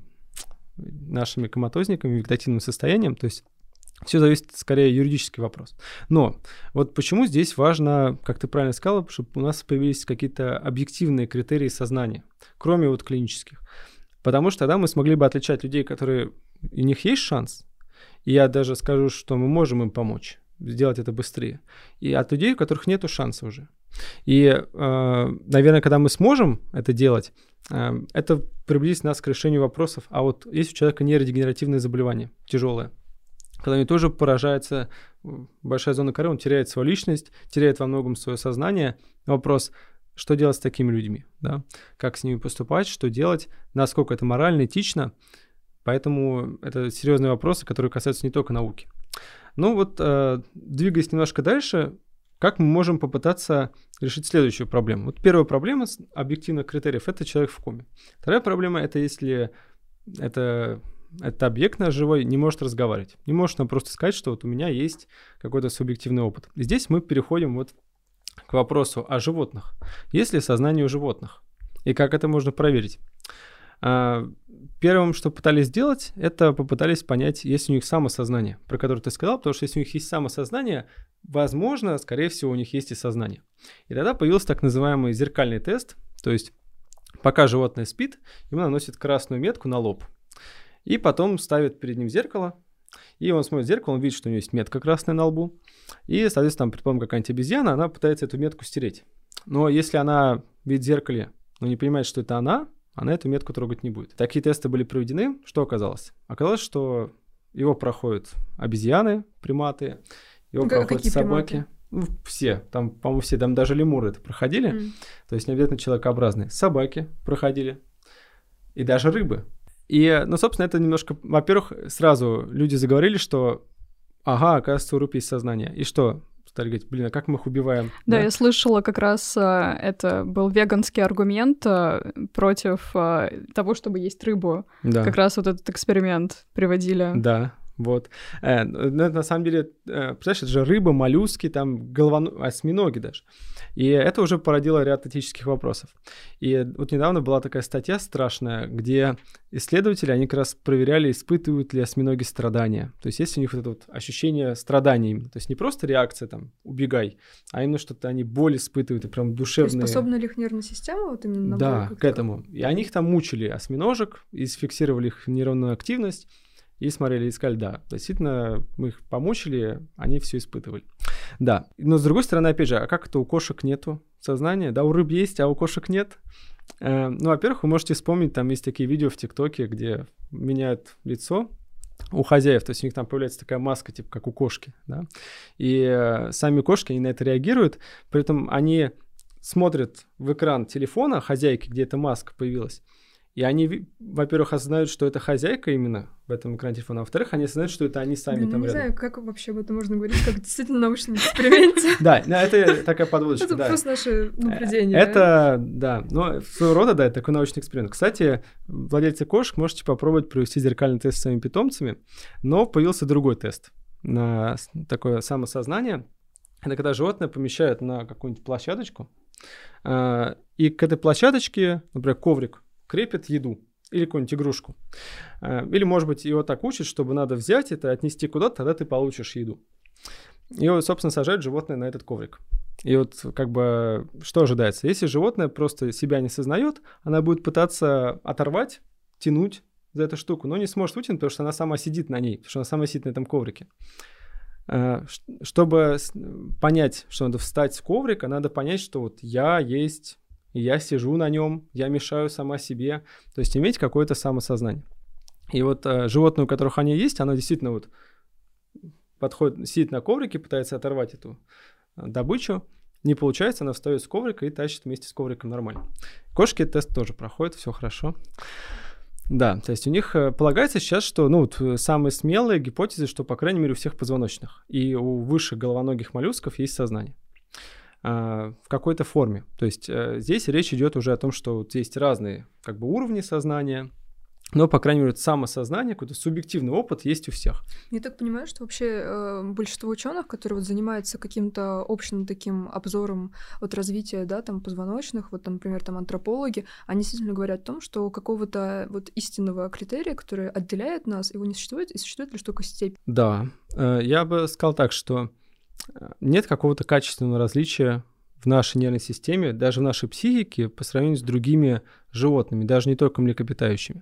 нашими коматозниками, вегетативным состоянием, то есть все зависит, скорее, юридический вопрос. Но вот почему здесь важно, как ты правильно сказала, чтобы у нас появились какие-то объективные критерии сознания, кроме вот клинических. Потому что тогда мы смогли бы отличать людей, которые у них есть шанс, и я даже скажу, что мы можем им помочь, сделать это быстрее, и от людей, у которых нету шанса уже. И, наверное, когда мы сможем это делать, это приблизит нас к решению вопросов. А вот есть у человека нейродегенеративное заболевание, тяжелое, когда у него тоже поражается большая зона коры, он теряет свою личность, теряет во многом свое сознание. Вопрос, что делать с такими людьми, да? Как с ними поступать, что делать, насколько это морально, этично. Поэтому это серьезные вопросы, которые касаются не только науки. Ну вот, двигаясь немножко дальше, как мы можем попытаться решить следующую проблему? Вот первая проблема с объективных критериев – это человек в коме. Вторая проблема – это если этот объект наш живой не может разговаривать, не может нам просто сказать, что вот у меня есть какой-то субъективный опыт. И здесь мы переходим вот к вопросу о животных. Есть ли сознание у животных? И как это можно проверить? Первым, что пытались сделать, это попытались понять, есть у них самосознание, про которое ты сказал, потому что если у них есть самосознание, возможно, скорее всего, у них есть и сознание. И тогда появился так называемый зеркальный тест, то есть пока животное спит, ему наносят красную метку на лоб. И потом ставит перед ним зеркало, и он смотрит в зеркало, он видит, что у него есть метка красная на лбу, и, соответственно, предположим, какая-нибудь обезьяна, она пытается эту метку стереть. Но если она видит в зеркале, но не понимает, что это она эту метку трогать не будет. Такие тесты были проведены. Что оказалось? Оказалось, что его проходят обезьяны, приматы, его проходят собаки. Все, там, по-моему, все, там даже лемуры это проходили, то есть не обязательно человекообразные. Собаки проходили, и даже рыбы. И, ну, собственно, это немножко, во-первых, сразу люди заговорили, что, оказывается, у рыб есть сознание. И что? Стали говорить, а как мы их убиваем? Да, я слышала, как раз это был веганский аргумент против того, чтобы есть рыбу. Да. Как раз вот этот эксперимент приводили. Да. Вот. На самом деле, представляешь, это же рыба, моллюски, там осьминоги даже. И это уже породило ряд этических вопросов. И вот недавно была такая статья страшная, где исследователи, они как раз проверяли, испытывают ли осьминоги страдания. То есть есть у них вот это вот ощущение страдания именно. То есть не просто реакция там «убегай», а именно что-то они боль испытывают и прям душевные. То есть способна ли их нервная система вот именно на боль? Да, к этому. И они их там мучили, осьминожек, и сфиксировали их нейронную активность. И смотрели, и сказали, да, действительно, мы их помучили, они все испытывали. Да, но с другой стороны, опять же, а как это у кошек нету сознания? Да, у рыб есть, а у кошек нет. Ну, во-первых, вы можете вспомнить, там есть такие видео в ТикТоке, где меняют лицо у хозяев, то есть у них там появляется такая маска, типа как у кошки, да, и сами кошки, они на это реагируют, при этом они смотрят в экран телефона хозяйки, где эта маска появилась, и они, во-первых, осознают, что это хозяйка именно в этом экране телефона, а во-вторых, они осознают, что это они сами там рядом. Не знаю, как вообще об этом можно говорить, как действительно научном эксперименте. Да, это такая подводочка. Это просто наше наблюдение. Это, да, но своего рода, да, это такой научный эксперимент. Кстати, владельцы кошек, можете попробовать провести зеркальный тест с своими питомцами, но появился другой тест на такое самосознание. Это когда животное помещают на какую-нибудь площадочку, и к этой площадочке, например, коврик, крепят еду или какую-нибудь игрушку. Или, может быть, его так учат, чтобы надо взять это, отнести куда-то, тогда ты получишь еду. И вот, собственно, сажают животное на этот коврик. И вот как бы что ожидается? Если животное просто себя не сознает, она будет пытаться оторвать, тянуть за эту штуку, но не сможет вытянуть, потому что она сама сидит на ней, потому что она сама сидит на этом коврике. Чтобы понять, что надо встать с коврика, надо понять, что вот я есть я сижу на нем, я мешаю сама себе. То есть иметь какое-то самосознание. И вот животное, у которых они есть, оно действительно вот подходит, сидит на коврике, пытается оторвать эту добычу. Не получается, она встает с коврика и тащит вместе с ковриком нормально. Кошки тест тоже проходят, все хорошо. Да, то есть у них полагается сейчас, что самые смелые гипотезы, что, по крайней мере, у всех позвоночных и у высших головоногих моллюсков есть сознание в какой-то форме. То есть здесь речь идет уже о том, что вот есть разные уровни сознания, но, по крайней мере, самосознание, какой-то субъективный опыт есть у всех. Я так понимаю, что вообще большинство ученых, которые занимаются каким-то общим таким обзором развития, позвоночных, например, антропологи, они действительно говорят о том, что какого-то истинного критерия, который отделяет нас, его не существует, и существует лишь только степень. Да, я бы сказал так, что нет какого-то качественного различия в нашей нервной системе, даже в нашей психике по сравнению с другими животными, даже не только млекопитающими.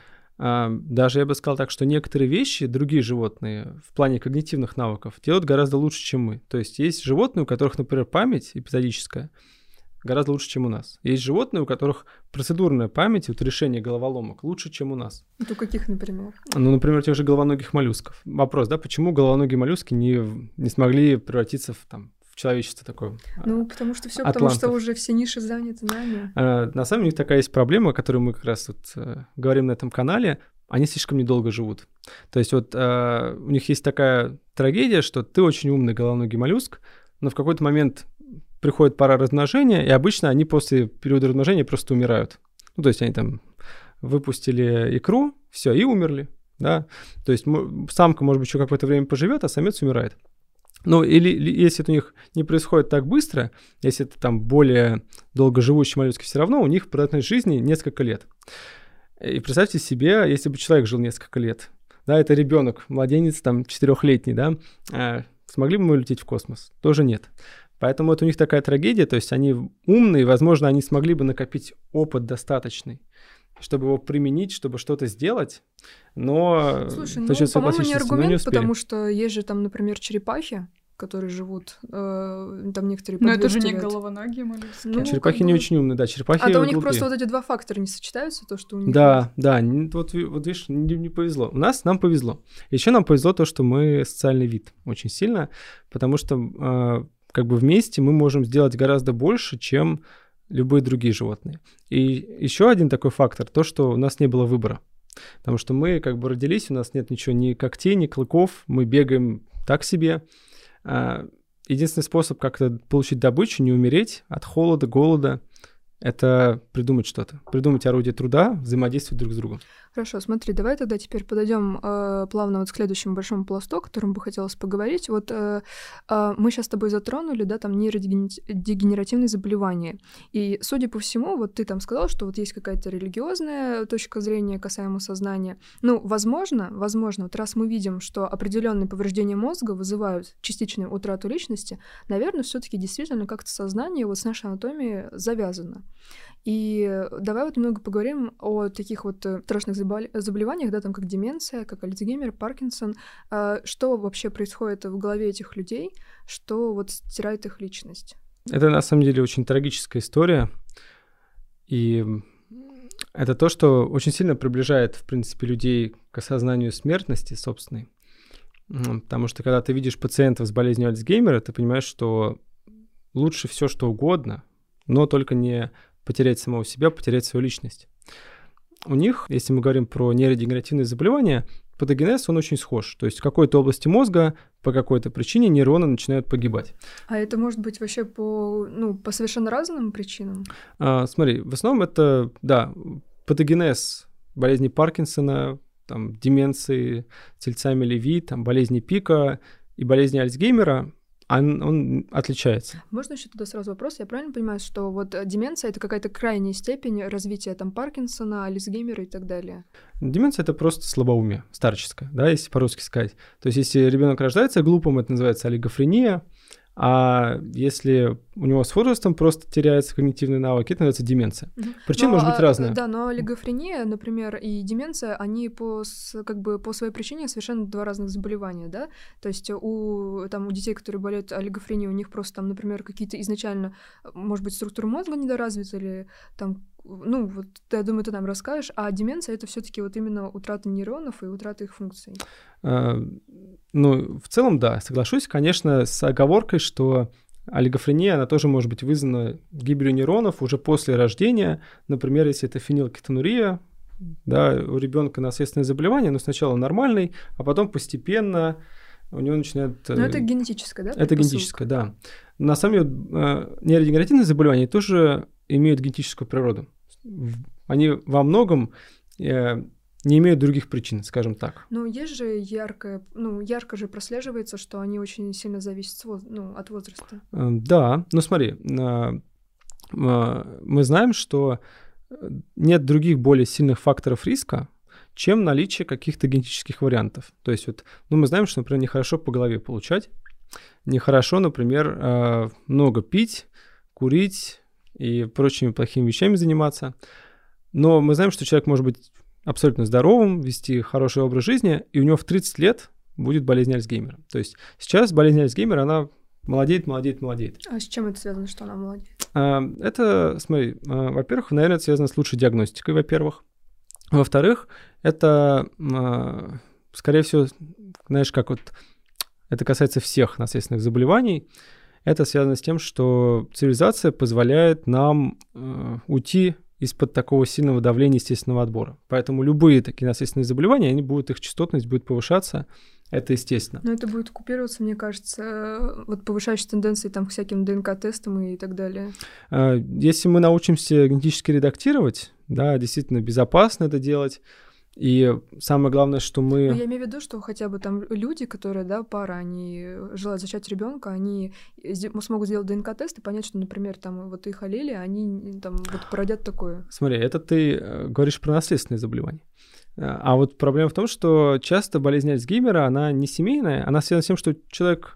Даже я бы сказал так, что некоторые вещи другие животные в плане когнитивных навыков делают гораздо лучше, чем мы. То есть есть животные, у которых, например, память эпизодическая гораздо лучше, чем у нас. Есть животные, у которых процедурная память, решение головоломок лучше, чем у нас. Это у каких, например? Например, тех же головоногих моллюсков. Вопрос, почему головоногие моллюски не смогли превратиться в человечество такое? Потому что уже все ниши заняты нами. На самом деле у них такая есть проблема, о которой мы как раз говорим на этом канале. Они слишком недолго живут. То есть у них есть такая трагедия, что ты очень умный головоногий моллюск, но в какой-то момент приходит пора размножения, и обычно они после периода размножения просто умирают. То есть они выпустили икру, все, и умерли. Да? То есть самка, может быть, еще какое-то время поживет, а самец умирает. Или если это у них не происходит так быстро, если это более долгоживущие моллюски, все равно у них продолжительность жизни несколько лет. И представьте себе, если бы человек жил несколько лет, да, это ребенок, младенец 4-летний, да, смогли бы мы улететь в космос? Тоже нет. Поэтому у них такая трагедия, то есть они умные, возможно, они смогли бы накопить опыт достаточный, чтобы его применить, чтобы что-то сделать, но... Слушай, по-моему, не аргумент, потому что есть же например, черепахи, которые живут, некоторые по 200 лет. Но это же не головоногие моллюски. Черепахи не очень умные, да, черепахи у них просто эти два фактора не сочетаются, то, что у них... Да, видишь, не повезло. Нам повезло. Еще нам повезло то, что мы социальный вид очень сильно, потому что вместе мы можем сделать гораздо больше, чем любые другие животные. И еще один такой фактор, то, что у нас не было выбора. Потому что мы родились, у нас нет ничего, ни когтей, ни клыков, мы бегаем так себе. Единственный способ как-то получить добычу, не умереть от холода, голода, это придумать что-то. Придумать орудие труда, взаимодействовать друг с другом. Хорошо, смотри, давай тогда теперь подойдем плавно к следующему большому пласту, о котором бы хотелось поговорить. Мы сейчас с тобой затронули, нейродегенеративные заболевания. И, судя по всему, ты сказал, что есть какая-то религиозная точка зрения касаемо сознания. Возможно, раз мы видим, что определенные повреждения мозга вызывают частичную утрату личности, наверное, все-таки действительно как-то сознание с нашей анатомией завязано. И давай немного поговорим о таких страшных заболеваниях, как деменция, как Альцгеймер, Паркинсон. Что вообще происходит в голове этих людей, что стирает их личность? Это на самом деле очень трагическая история. И это то, что очень сильно приближает, в принципе, людей к осознанию смертности собственной. Потому что когда ты видишь пациентов с болезнью Альцгеймера, ты понимаешь, что лучше все что угодно, но только не потерять самого себя, потерять свою личность. У них, если мы говорим про нейродегенеративные заболевания, патогенез, он очень схож. То есть в какой-то области мозга по какой-то причине нейроны начинают погибать. А это может быть вообще по совершенно разным причинам? Смотри, в основном это, патогенез болезни Паркинсона, деменции с тельцами Леви, болезни Пика и болезни Альцгеймера, он отличается. Можно еще туда сразу вопрос? Я правильно понимаю, что деменция — это какая-то крайняя степень развития Паркинсона, Альцгеймера и так далее? Деменция — это просто слабоумие старческое, если по-русски сказать. То есть если ребенок рождается глупым, это называется олигофрения, А если у него с возрастом просто теряются когнитивные навыки, это называется деменция. Причина может быть разная. Да, но олигофрения, например, и деменция, они по своей причине совершенно два разных заболевания, да? То есть у детей, которые болеют олигофренией, у них просто там, например, какие-то изначально, может быть, структура мозга недоразвита или там, ну, вот, я думаю, ты нам расскажешь, а деменция — это все-таки вот именно утрата нейронов и утрата их функций. Ну, в целом, да, соглашусь, конечно, с оговоркой, что олигофрения, она тоже может быть вызвана гибелью нейронов уже после рождения. Например, если это фенилкетонурия, да, у ребенка наследственное заболевание, но сначала нормальный, а потом постепенно у него начинает... Но это генетическое, да? Это генетическое, да. На самом деле, нейродегенеративные заболевания тоже имеют генетическую природу. Они во многом не имеют других причин, скажем так. Ну, есть же ярко же прослеживается, что они очень сильно зависят от возраста. Да, ну смотри, мы знаем, что нет других более сильных факторов риска, чем наличие каких-то генетических вариантов. То есть вот, мы знаем, что, например, нехорошо по голове получать, нехорошо, например, много пить, курить и прочими плохими вещами заниматься. Но мы знаем, что человек может быть абсолютно здоровым, вести хороший образ жизни, и у него в 30 лет будет болезнь Альцгеймера. То есть сейчас болезнь Альцгеймера, она молодеет. А с чем это связано, что она молодеет? Это, смотри, во-первых, наверное, это связано с лучшей диагностикой, во-первых. Во-вторых, это, скорее всего, знаешь, как вот это касается всех наследственных заболеваний, это связано с тем, что цивилизация позволяет нам уйти из-под такого сильного давления естественного отбора. Поэтому любые такие наследственные заболевания, их частотность будет повышаться, это естественно. Но это будет купироваться, мне кажется, вот повышающей тенденцией там, к всяким ДНК-тестам и так далее. Если мы научимся генетически редактировать, да, действительно безопасно это делать, и самое главное, что мы... Ну, я имею в виду, что хотя бы там люди, которые, да, пара, они желают зачать ребенка, они смогут сделать ДНК-тест и понять, что, например, там вот их аллели, они там вот породят такое. Смотри, это ты говоришь про наследственные заболевания. А вот проблема в том, что часто болезнь Альцгеймера, она не семейная, она связана с тем, что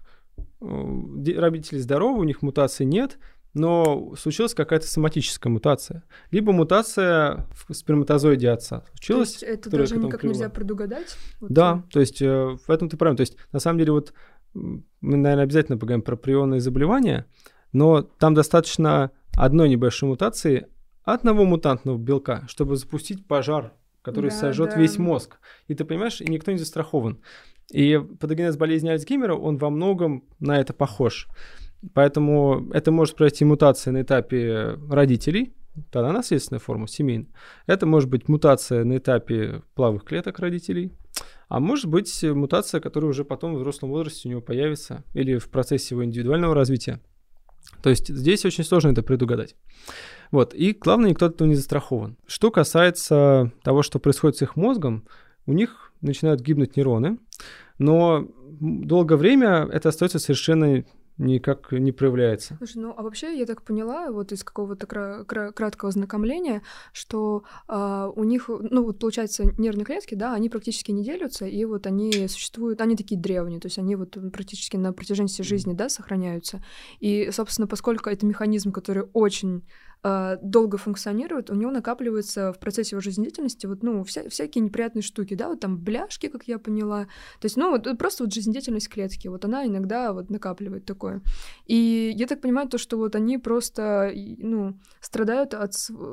родители здоровы, у них мутаций нет, но случилась какая-то соматическая мутация. Либо мутация в сперматозоиде отца случилась. То есть это даже никак нельзя предугадать? Вот да, то есть в этом ты прав. То есть на самом деле вот мы, наверное, обязательно поговорим про прионные заболевания, но там достаточно одной небольшой мутации, одного мутантного белка, чтобы запустить пожар, который сожжет весь мозг. И ты понимаешь, и никто не застрахован. И патогенез болезни Альцгеймера, он во многом на это похож. Поэтому это может произойти мутация на этапе родителей, тогда наследственная форма, семейная. Это может быть мутация на этапе половых клеток родителей, а может быть мутация, которая уже потом в взрослом возрасте у него появится или в процессе его индивидуального развития. То есть здесь очень сложно это предугадать. Вот. И главное, никто от этого не застрахован. Что касается того, что происходит с их мозгом, у них начинают гибнуть нейроны, но долгое время это остается совершенно никак не проявляется. Слушай, а вообще я так поняла, вот из какого-то краткого ознакомления, что у них, вот получается, нервные клетки, да, они практически не делятся, и вот они существуют, они такие древние, то есть они вот практически на протяжении всей жизни, да, сохраняются. И, собственно, поскольку это механизм, который очень долго функционирует, у него накапливается в процессе его жизнедеятельности всякие неприятные штуки, да, вот там бляшки, как я поняла, то есть, просто вот жизнедеятельность клетки, вот она иногда вот накапливает такое. И я так понимаю, то, что вот они просто, страдают от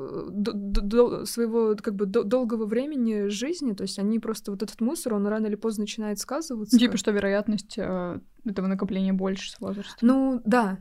своего, как бы, долгого времени жизни, то есть они просто, вот этот мусор, он рано или поздно начинает сказываться. Типа, что вероятность этого накопления больше с возрастом. Да.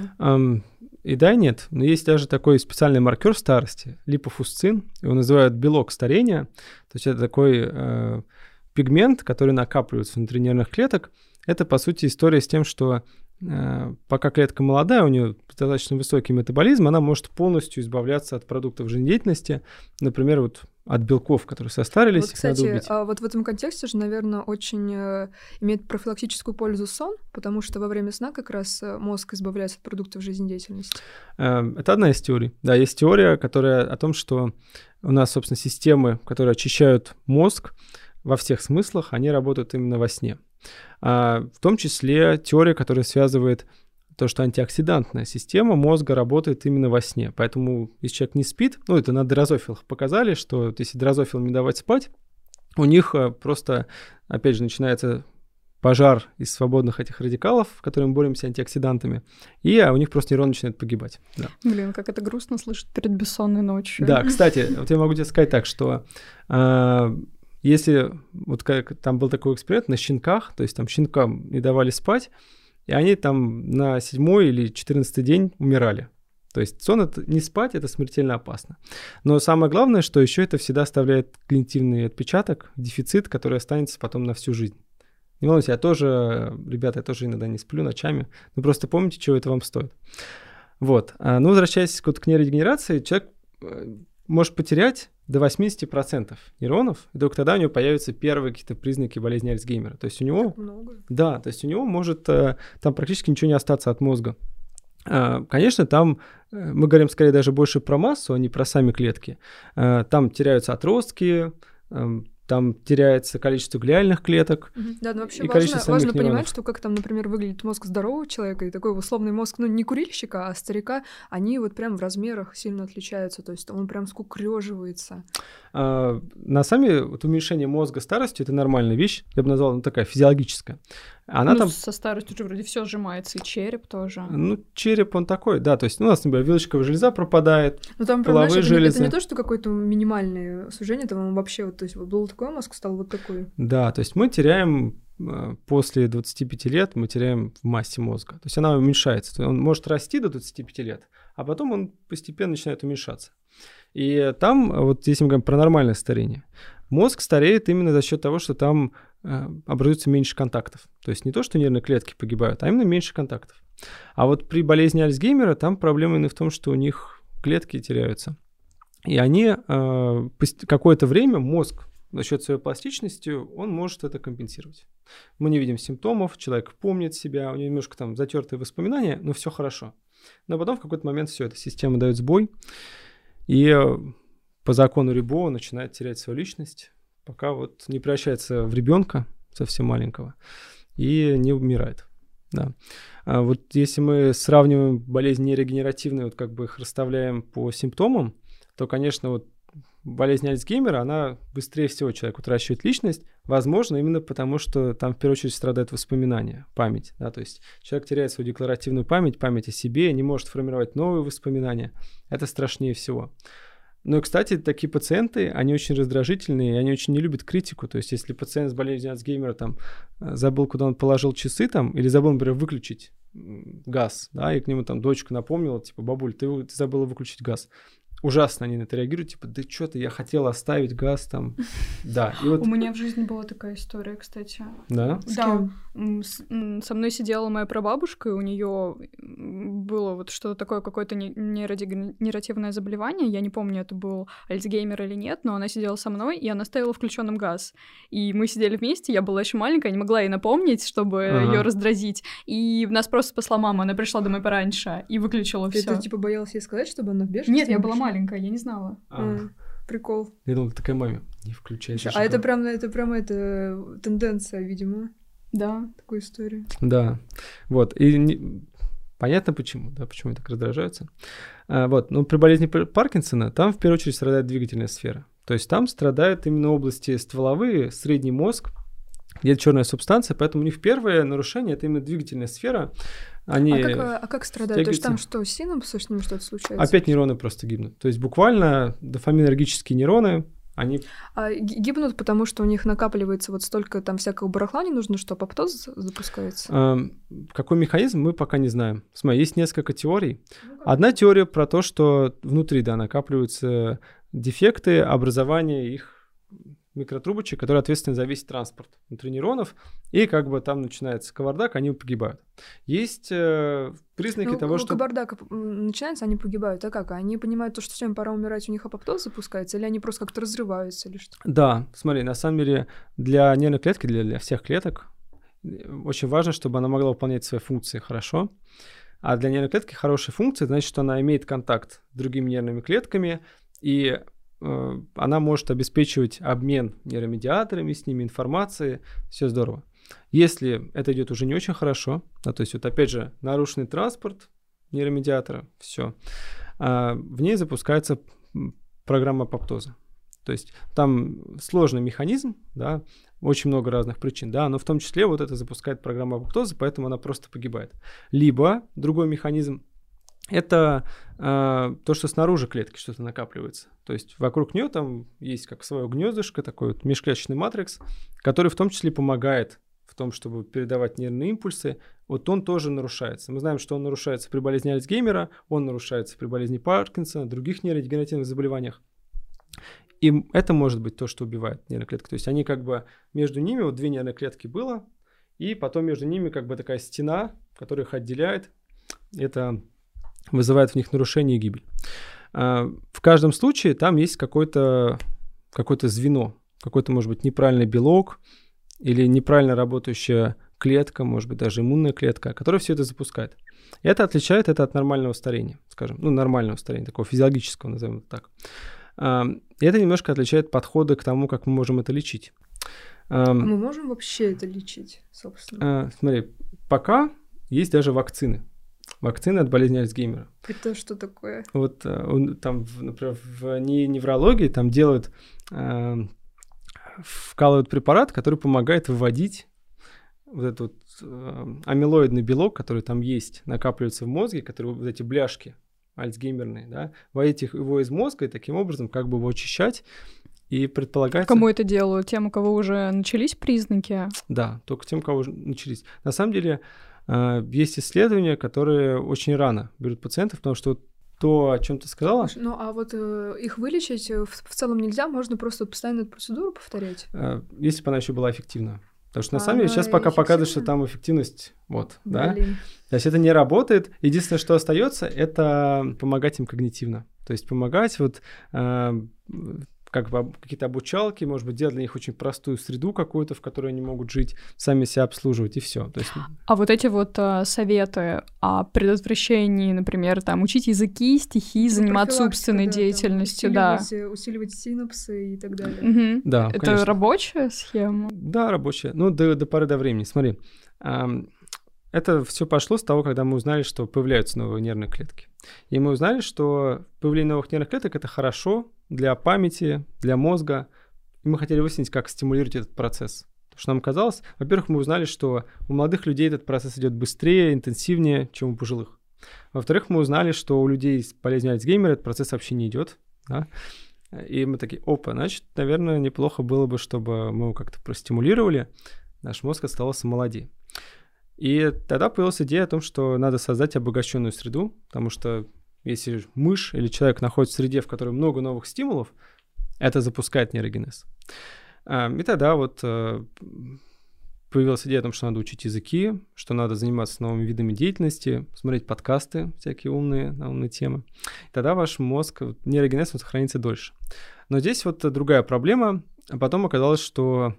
И да, и нет. Но есть даже такой специальный маркер старости, липофусцин. Его называют белок старения. То есть это такой пигмент, который накапливается внутри нервных клеток. Это, по сути, история с тем, что пока клетка молодая, у нее достаточно высокий метаболизм, она может полностью избавляться от продуктов жизнедеятельности, например, вот от белков, которые состарились. Вот, кстати, вот в этом контексте же, наверное, очень имеет профилактическую пользу сон, потому что во время сна как раз мозг избавляется от продуктов жизнедеятельности. Это одна из теорий. Да, есть теория, которая о том, что у нас, собственно, системы, которые очищают мозг во всех смыслах, они работают именно во сне. В том числе теория, которая связывает то, что антиоксидантная система мозга работает именно во сне. Поэтому, если человек не спит, это на дрозофилах показали, что вот если дрозофилам не давать спать, у них просто, опять же, начинается пожар из свободных этих радикалов, с которыми боремся антиоксидантами, и у них просто нейроны начинают погибать. Да. Блин, как это грустно слышать перед бессонной ночью. Да, кстати, вот я могу тебе сказать так, что если вот как там был такой эксперимент на щенках, то есть там щенкам не давали спать, и они там на 7-й или 14-й день умирали. То есть сон — это не спать, это смертельно опасно. Но самое главное, что еще это всегда оставляет когнитивный отпечаток, дефицит, который останется потом на всю жизнь. Не волнуйтесь, ребята, я тоже иногда не сплю ночами. Но просто помните, чего это вам стоит. Вот. Возвращаясь к нейродегенерации, человек может потерять до 80% нейронов, и только тогда у него появятся первые какие-то признаки болезни Альцгеймера. То есть у него... Много. Да, то есть у него может там практически ничего не остаться от мозга. Конечно, там мы говорим скорее даже больше про массу, а не про сами клетки. Там теряются отростки, там теряется количество глиальных клеток. Да, но вообще нейронов. важно понимать, что как там, например, выглядит мозг здорового человека и такой условный мозг, не курильщика, а старика, они вот прям в размерах сильно отличаются, то есть он прям скукрёживается. На самом деле, уменьшение мозга старостью — это нормальная вещь, я бы назвал, такая физиологическая. Она там... со старостью же вроде все сжимается, и череп тоже. Череп он такой, да, то есть у нас, например, вилочковая железа пропадает, там, половые железы. Это не то, что какое-то минимальное сужение, там вообще, то есть был такой мозг, стал вот такой. Да, то есть мы теряем после 25 лет, мы теряем в массе мозга, то есть она уменьшается, то есть он может расти до 25 лет, а потом он постепенно начинает уменьшаться. И там, вот если мы говорим про нормальное старение, мозг стареет именно за счет того, что там образуется меньше контактов. То есть не то, что нервные клетки погибают, а именно меньше контактов. А вот при болезни Альцгеймера там проблема именно в том, что у них клетки теряются. И они какое-то время, мозг за счет своей пластичности, он может это компенсировать. Мы не видим симптомов, человек помнит себя, у него немножко там затертые воспоминания, но все хорошо. Но потом в какой-то момент все, эта система дает сбой, и по закону Рибо начинает терять свою личность, пока вот не превращается в ребенка совсем маленького и не умирает. Да. А вот если мы сравниваем болезни нейрогенеративные, вот как бы их расставляем по симптомам, то, конечно, вот болезнь Альцгеймера, она быстрее всего человек утрачивает личность, возможно, именно потому, что там в первую очередь страдают воспоминания, память. Да? То есть человек теряет свою декларативную память о себе, не может формировать новые воспоминания. Это страшнее всего. Ну и, кстати, такие пациенты, они очень раздражительные, и они очень не любят критику. То есть если пациент с болезнью Альцгеймера там забыл, куда он положил часы, там, или забыл, например, выключить газ, да, и к нему там дочка напомнила, типа, бабуль, ты забыла выключить газ. Ужасно они на это реагируют, типа, да что ты, я хотела оставить газ там. Да. И вот... У меня в жизни была такая история, кстати. Да? Да. Со мной сидела моя прабабушка, и у нее было вот что-то такое, какое-то нейродегенеративное заболевание. Я не помню, это был Альцгеймер или нет, но она сидела со мной, и она ставила включенным газ. И мы сидели вместе, я была еще маленькая, не могла ей напомнить, чтобы ее раздразить. И нас просто спасла мама, она пришла домой пораньше и выключила все. Ты типа боялась ей сказать, чтобы она в бешенстве? Нет, я была маленькая, я не знала. Прикол. Я думал, такая маме, не включай. Это прям тенденция, видимо. Да. Такую историю. Да. Вот. И понятно почему, да, почему они так раздражаются. Вот. Но при болезни Паркинсона там в первую очередь страдает двигательная сфера. То есть там страдают именно области стволовые, средний мозг, где черная субстанция, поэтому у них первое нарушение — это именно двигательная сфера. Они как страдают? То есть там что, с синапсом с ними что-то случается? Опять нейроны просто гибнут. То есть буквально дофаминергические нейроны, они... гибнут, потому что у них накапливается вот столько там всякого барахла не нужно, что апоптоз запускается? Какой механизм, мы пока не знаем. Смотри, есть несколько теорий. Одна теория про то, что внутри, да, накапливаются дефекты образования их микротрубочек, которые ответственны за весь транспорт внутри нейронов, и как бы там начинается кавардак, они погибают. Есть признаки того, что... Кавардак начинается, они погибают. А как? Они понимают то, что всем пора умирать, у них апоптоз запускается, или они просто как-то разрываются, или что? Да, смотри, на самом деле для нервной клетки, для всех клеток очень важно, чтобы она могла выполнять свои функции хорошо. А для нервной клетки хорошая функция, значит, что она имеет контакт с другими нервными клетками, и она может обеспечивать обмен нейромедиаторами с ними, информацией, все здорово. Если это идет уже не очень хорошо, то есть вот опять же нарушенный транспорт нейромедиатора, все, в ней запускается программа апоптоза. То есть там сложный механизм, да, очень много разных причин, да, но в том числе вот это запускает программа апоптоза, поэтому она просто погибает. Либо другой механизм — это то, что снаружи клетки что-то накапливается. То есть вокруг нее там есть как свое гнездышко, такой вот межклеточный матрикс, который в том числе помогает в том, чтобы передавать нервные импульсы. Вот он тоже нарушается. Мы знаем, что он нарушается при болезни Альцгеймера, он нарушается при болезни Паркинсона, других нейродегенеративных заболеваниях. И это может быть то, что убивает нейроклетки. То есть они как бы между ними, вот 2 нервные клетки было, и потом между ними как бы такая стена, которая их отделяет. Это вызывает в них нарушение и гибель. В каждом случае там есть какое-то звено, какой-то, может быть, неправильный белок или неправильно работающая клетка, может быть, даже иммунная клетка, которая все это запускает. И это отличает это от нормального старения, скажем, нормального старения, такого физиологического, назовем это так. И это немножко отличает подходы к тому, как мы можем это лечить. Мы можем вообще это лечить, собственно? Смотри, пока есть даже вакцины. Вакцины от болезни Альцгеймера. Это что такое? Вот там, например, в неврологии там делают, вкалывают препарат, который помогает выводить вот этот вот амилоидный белок, который там есть, накапливается в мозге, который вот эти бляшки альцгеймерные, да, выводить его из мозга и таким образом как бы его очищать. И предполагается... Кому это делают? Тем, у кого уже начались признаки? Да, только тем, у кого уже начались. На самом деле есть исследования, которые очень рано берут пациентов, потому что то, о чем ты сказала... Ну, а вот их вылечить в целом нельзя? Можно просто постоянно эту процедуру повторять? Если бы она еще была эффективна. Потому что на самом деле сейчас пока показывает, что там эффективность, вот, да. То есть это не работает. Единственное, что остается, это помогать им когнитивно. То есть помогать вот как бы какие-то обучалки, может быть, делать для них очень простую среду какую-то, в которой они могут жить, сами себя обслуживать, и все. То есть... А вот эти вот советы о предотвращении, например, там, учить языки, стихи, заниматься умственной деятельностью, усиливать синапсы и так далее. Угу. Да, это конечно. Рабочая схема? Да, рабочая. Ну, до поры до времени. Смотри, это все пошло с того, когда мы узнали, что появляются новые нервные клетки. И мы узнали, что появление новых нервных клеток — это хорошо для памяти, для мозга. И мы хотели выяснить, как стимулировать этот процесс. Потому что нам казалось, во-первых, мы узнали, что у молодых людей этот процесс идет быстрее, интенсивнее, чем у пожилых. Во-вторых, мы узнали, что у людей с болезнью Альцгеймера этот процесс вообще не идет. Да? И мы такие, значит, наверное, неплохо было бы, чтобы мы его как-то простимулировали, наш мозг оставался молодее. И тогда появилась идея о том, что надо создать обогащенную среду, потому что если мышь или человек находится в среде, в которой много новых стимулов, это запускает нейрогенез. И тогда вот появилась идея о том, что надо учить языки, что надо заниматься новыми видами деятельности, смотреть подкасты всякие умные, на умные темы. И тогда ваш мозг, нейрогенез, он сохранится дольше. Но здесь вот другая проблема. А потом оказалось, что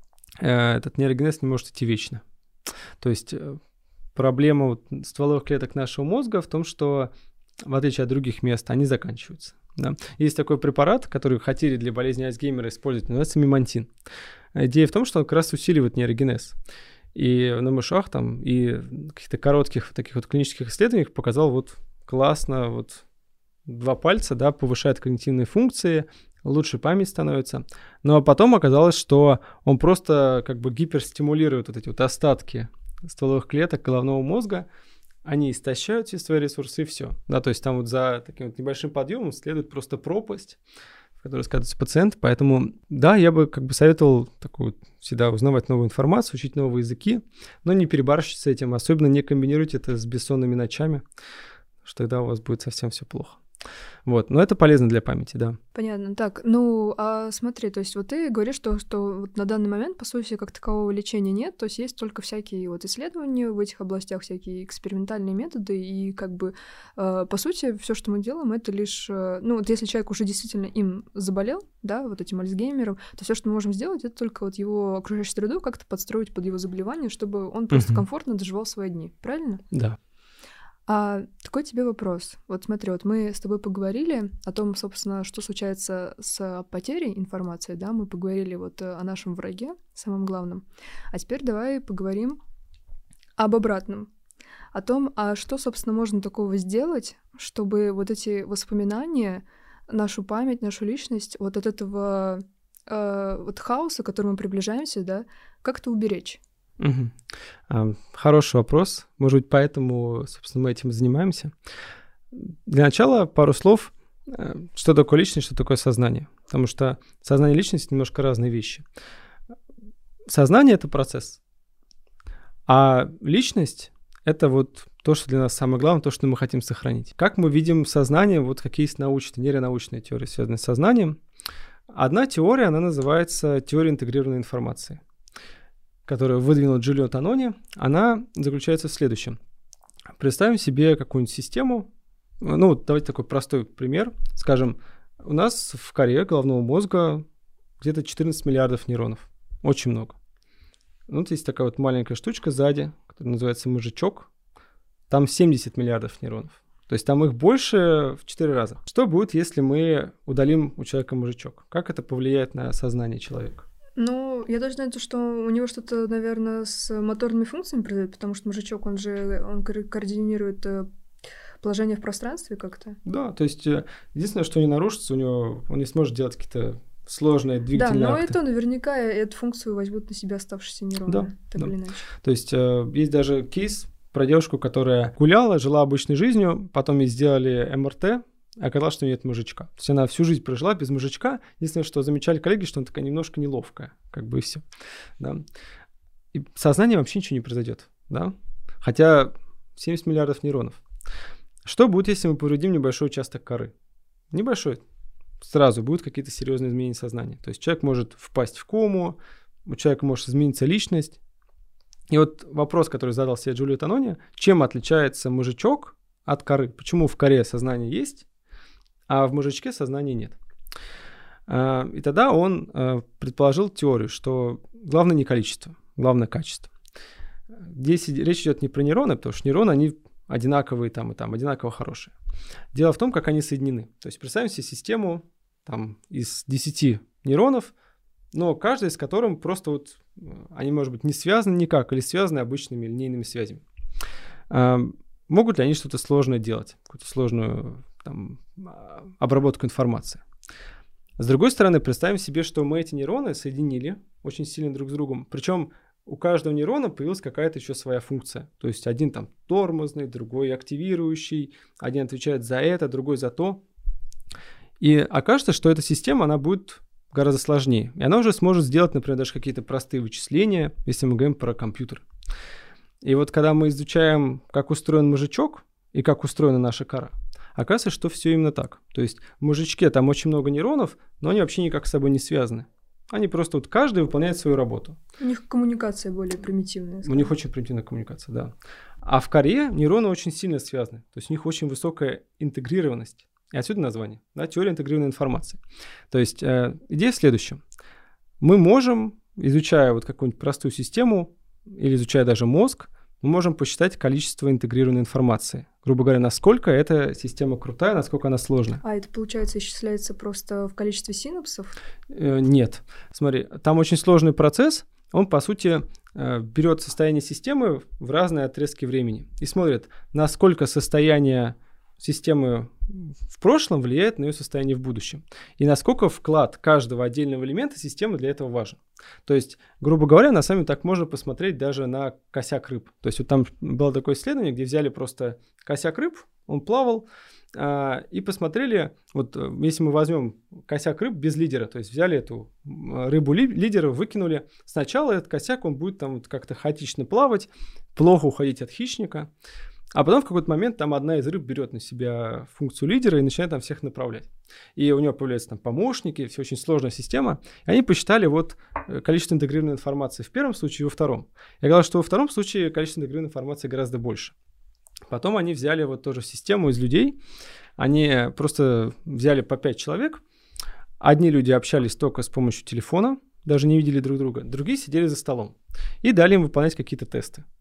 этот нейрогенез не может идти вечно. То есть проблема стволовых клеток нашего мозга в том, что в отличие от других мест, они заканчиваются. Да? Есть такой препарат, который хотели для болезни Альцгеймера использовать, называется мемантин. Идея в том, что он как раз усиливает нейрогенез. И на мышах там, и в каких-то коротких таких вот клинических исследованиях показал вот классно, вот 2 пальца, да, повышает когнитивные функции, лучше память становится. Но потом оказалось, что он просто как бы гиперстимулирует вот эти вот остатки стволовых клеток головного мозга, они истощают все свои ресурсы, и все. Да, то есть там вот за таким вот небольшим подъемом следует просто пропасть, в которой скатывается пациент. Поэтому, да, я бы как бы советовал такую всегда узнавать новую информацию, учить новые языки, но не перебарщивать с этим, особенно не комбинируйте это с бессонными ночами, что тогда у вас будет совсем все плохо. Вот, но это полезно для памяти, да. Понятно. Так, ну, а смотри, то есть вот ты говоришь, что вот на данный момент, по сути, как такового лечения нет, то есть есть только всякие вот исследования в этих областях, всякие экспериментальные методы, и как бы, по сути, все, что мы делаем, это лишь, ну, вот если человек уже действительно им заболел, да, вот этим Альцгеймером, то все, что мы можем сделать, это только вот его окружающую среду как-то подстроить под его заболевание, чтобы он просто комфортно доживал свои дни, правильно? Да. А такой тебе вопрос. Вот смотри, вот мы с тобой поговорили о том, собственно, что случается с потерей информации, да, мы поговорили вот о нашем враге, самом главном. А теперь давай поговорим об обратном. О том, а что, собственно, можно такого сделать, чтобы вот эти воспоминания, нашу память, нашу личность вот от этого вот хаоса, к которому мы приближаемся, да, как-то уберечь? Хороший вопрос. Может быть, поэтому, собственно, мы этим занимаемся. Для начала пару слов, что такое личность, что такое сознание. Потому что сознание и личность — немножко разные вещи. Сознание — это процесс, а личность — это вот то, что для нас самое главное, то, что мы хотим сохранить. Как мы видим сознание, вот какие есть научные, нейронаучные теории, связанные с сознанием. Одна теория, она называется теория интегрированной информации, которую выдвинул Джулио Тонони. Она заключается в следующем. Представим себе какую-нибудь систему. Ну, давайте такой простой пример. Скажем, у нас в коре головного мозга где-то 14 миллиардов нейронов. Очень много. Вот есть такая вот маленькая штучка сзади, которая называется мозжечок. Там 70 миллиардов нейронов. То есть там их больше в 4 раза. Что будет, если мы удалим у человека мозжечок? Как это повлияет на сознание человека? Ну, я даже знаю, что у него что-то, наверное, с моторными функциями произойдет, потому что мозжечок, он координирует положение в пространстве как-то. Да, то есть единственное, что не нарушится, у него он не сможет делать какие-то сложные двигательные акты. Да, но это наверняка эту функцию возьмут на себя оставшиеся нейроны, да, так или иначе. То есть есть даже кейс про девушку, которая гуляла, жила обычной жизнью, потом ей сделали МРТ, оказалось, что нет мозжечка. То есть она всю жизнь прожила без мозжечка. Единственное, что замечали коллеги, что она такая немножко неловкая, как бы и все. Да. И сознание вообще ничего не произойдет. Да? Хотя 70 миллиардов нейронов. Что будет, если мы повредим небольшой участок коры? Небольшой. Сразу будут какие-то серьезные изменения сознания. То есть человек может впасть в кому, у человека может измениться личность. И вот вопрос, который задал себе Джулио Тонони, чем отличается мозжечок от коры? Почему в коре сознание есть, а в мозжечке сознания нет? И тогда он предположил теорию, что главное не количество, главное качество. Здесь речь идет не про нейроны, потому что нейроны, они одинаковые там и там, одинаково хорошие. Дело в том, как они соединены. То есть представим себе систему там, из 10 нейронов, но каждый из которых просто вот, они, может быть, не связаны никак или связаны обычными линейными связями. Могут ли они что-то сложное делать, какую-то сложную там, обработку информации? С другой стороны, представим себе, что мы эти нейроны соединили очень сильно друг с другом, причем у каждого нейрона появилась какая-то еще своя функция. То есть один там тормозный, другой активирующий, один отвечает за это, другой за то. И окажется, что эта система, она будет гораздо сложнее. И она уже сможет сделать, например, даже какие-то простые вычисления, если мы говорим про компьютер. И вот когда мы изучаем, как устроен мозжечок и как устроена наша кора, оказывается, что все именно так. То есть в мозжечке там очень много нейронов, но они вообще никак с собой не связаны. Они просто вот каждый выполняет свою работу. У них коммуникация более примитивная. У них очень примитивная коммуникация, да. А в коре нейроны очень сильно связаны. То есть у них очень высокая интегрированность. И отсюда название, да, теория интегрированной информации. То есть идея в следующем. Мы можем, изучая вот какую-нибудь простую систему или изучая даже мозг, мы можем посчитать количество интегрированной информации. Грубо говоря, насколько эта система крутая, насколько она сложная. А это, получается, исчисляется просто в количестве синапсов? Нет. Смотри, там очень сложный процесс. Он, по сути, берет состояние системы в разные отрезки времени и смотрит, насколько состояние системы в прошлом влияет на ее состояние в будущем. И насколько вклад каждого отдельного элемента системы для этого важен. То есть, грубо говоря, на самом деле так можно посмотреть даже на косяк рыб. То есть вот там было такое исследование, где взяли просто косяк рыб, он плавал, и посмотрели, вот если мы возьмем косяк рыб без лидера, то есть взяли эту рыбу лидера, выкинули, сначала этот косяк, он будет там вот как-то хаотично плавать, плохо уходить от хищника, а потом в какой-то момент там одна из рыб берет на себя функцию лидера и начинает там всех направлять. И у него появляются там помощники, все очень сложная система. И они посчитали вот количество интегрированной информации в первом случае и во втором. И оказалось, что во втором случае количество интегрированной информации гораздо больше. Потом они взяли вот тоже систему из людей. Они просто взяли по 5 человек. Одни люди общались только с помощью телефона, даже не видели друг друга. Другие сидели за столом и дали им выполнять какие-то тесты.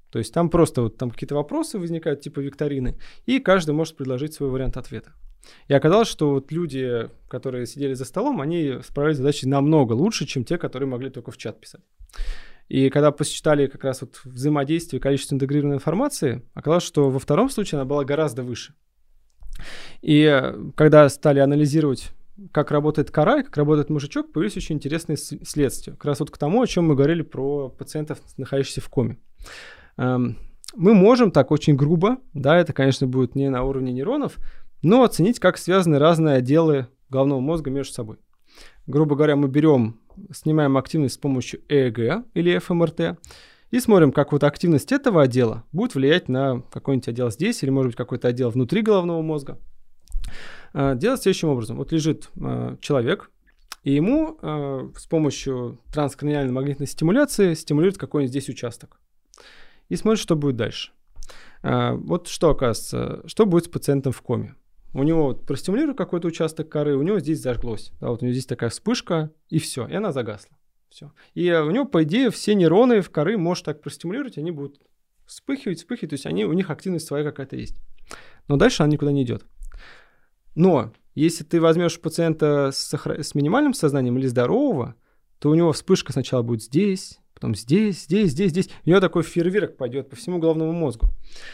То есть там просто вот там какие-то вопросы возникают, типа викторины, и каждый может предложить свой вариант ответа. И оказалось, что вот люди, которые сидели за столом, они справились с задачей намного лучше, чем те, которые могли только в чат писать. И когда посчитали как раз вот взаимодействие, количество интегрированной информации, оказалось, что во втором случае она была гораздо выше. И когда стали анализировать, как работает кора и как работает мозжечок, появились очень интересные следствия. Как раз вот к тому, о чем мы говорили про пациентов, находящихся в коме. Мы можем так очень грубо, да, это, конечно, будет не на уровне нейронов, но оценить, как связаны разные отделы головного мозга между собой. Грубо говоря, мы снимаем активность с помощью ЭЭГ или ФМРТ и смотрим, как вот активность этого отдела будет влиять на какой-нибудь отдел здесь или, может быть, какой-то отдел внутри головного мозга. Делать следующим образом. Вот лежит человек, и ему с помощью транскраниальной магнитной стимуляции стимулирует какой-нибудь здесь участок. И смотрит, что будет дальше. Вот что оказывается, что будет с пациентом в коме. У него вот простимулирует какой-то участок коры, у него здесь зажглось. Да, вот у него здесь такая вспышка, и все, и она загасла. Все. И у него, по идее, все нейроны в коры может так простимулировать, они будут вспыхивать, то есть у них активность своя какая-то есть. Но дальше она никуда не идет. Но если ты возьмешь пациента с минимальным сознанием или здорового, то у него вспышка сначала будет здесь, потом здесь. У него такой фейерверк пойдет по всему головному мозгу.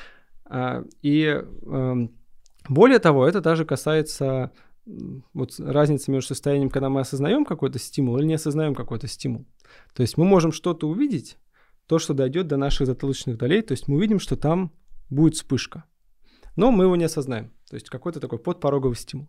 Более того, это даже касается вот разницы между состоянием, когда мы осознаем какой-то стимул или не осознаем какой-то стимул. То есть мы можем что-то увидеть, то, что дойдет до наших затылочных долей, то есть мы увидим, что там будет вспышка, но мы его не осознаем. То есть какой-то такой подпороговый стимул.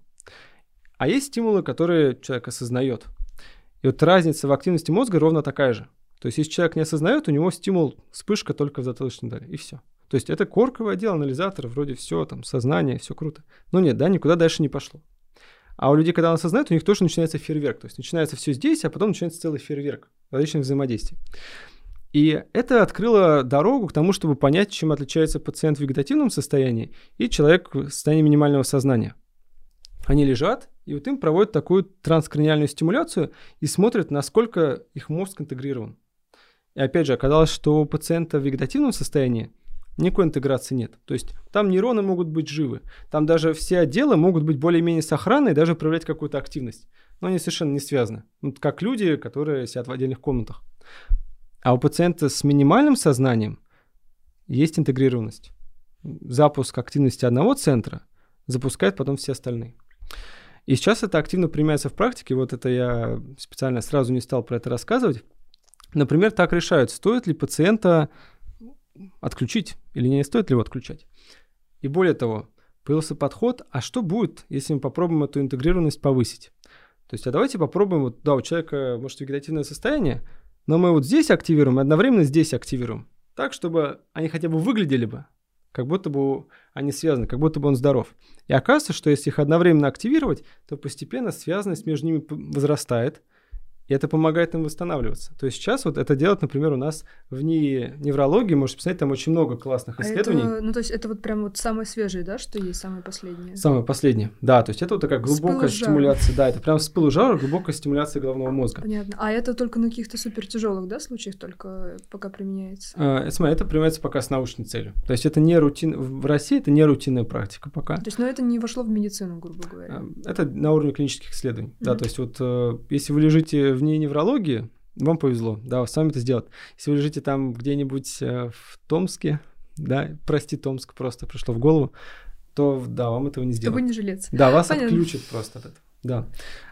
А есть стимулы, которые человек осознает. И вот разница в активности мозга ровно такая же. То есть если человек не осознает, у него стимул вспышка только в затылочной доле, и все. То есть это корковый отдел, анализатор, вроде все, там, сознание, все круто. Но нет, да, никуда дальше не пошло. А у людей, когда он осознает, у них тоже начинается фейерверк. То есть начинается все здесь, а потом начинается целый фейерверк различных взаимодействий. И это открыло дорогу к тому, чтобы понять, чем отличается пациент в вегетативном состоянии и человек в состоянии минимального сознания. Они лежат, и вот им проводят такую транскраниальную стимуляцию и смотрят, насколько их мозг интегрирован. И опять же, оказалось, что у пациента в вегетативном состоянии никакой интеграции нет. То есть там нейроны могут быть живы, там даже все отделы могут быть более-менее сохранны и даже проявлять какую-то активность. Но они совершенно не связаны. Вот как люди, которые сидят в отдельных комнатах. А у пациента с минимальным сознанием есть интегрированность. Запуск активности одного центра запускает потом все остальные. И сейчас это активно применяется в практике. Вот это я специально сразу не стал про это рассказывать. Например, так решают, стоит ли пациента отключить или не стоит ли его отключать. И более того, появился подход, а что будет, если мы попробуем эту интегрированность повысить? То есть, а давайте попробуем, вот, да, у человека может вегетативное состояние, но мы вот здесь активируем и одновременно здесь активируем. Так, чтобы они хотя бы выглядели бы, как будто бы они связаны, как будто бы он здоров. И оказывается, что если их одновременно активировать, то постепенно связанность между ними возрастает, и это помогает им восстанавливаться. То есть сейчас вот это делают, например, у нас в неврологии, можете посмотреть, там очень много классных исследований. Это, то есть это вот прям вот самое свежее, да, что есть, самое последнее? Самое последнее, да. То есть это вот такая глубокая стимуляция. Да, это прям с пылу жару глубокая стимуляция головного мозга. Понятно. А это только на каких-то супертяжелых, да, случаях только пока применяется? Смотри, это применяется пока с научной целью. То есть это не рутин... В России это не рутинная практика пока. То есть, это не вошло в медицину, грубо говоря? Это на уровне клинических исследований. Да, то есть вот если вы лежите вне неврологии, вам повезло, да, с вами это сделать. Если вы лежите там где-нибудь в Томске, да, прости, Томск просто пришло в голову, то, да, вам этого не сделать. То вы не жилец. Да, вас отключат просто от этого. Да.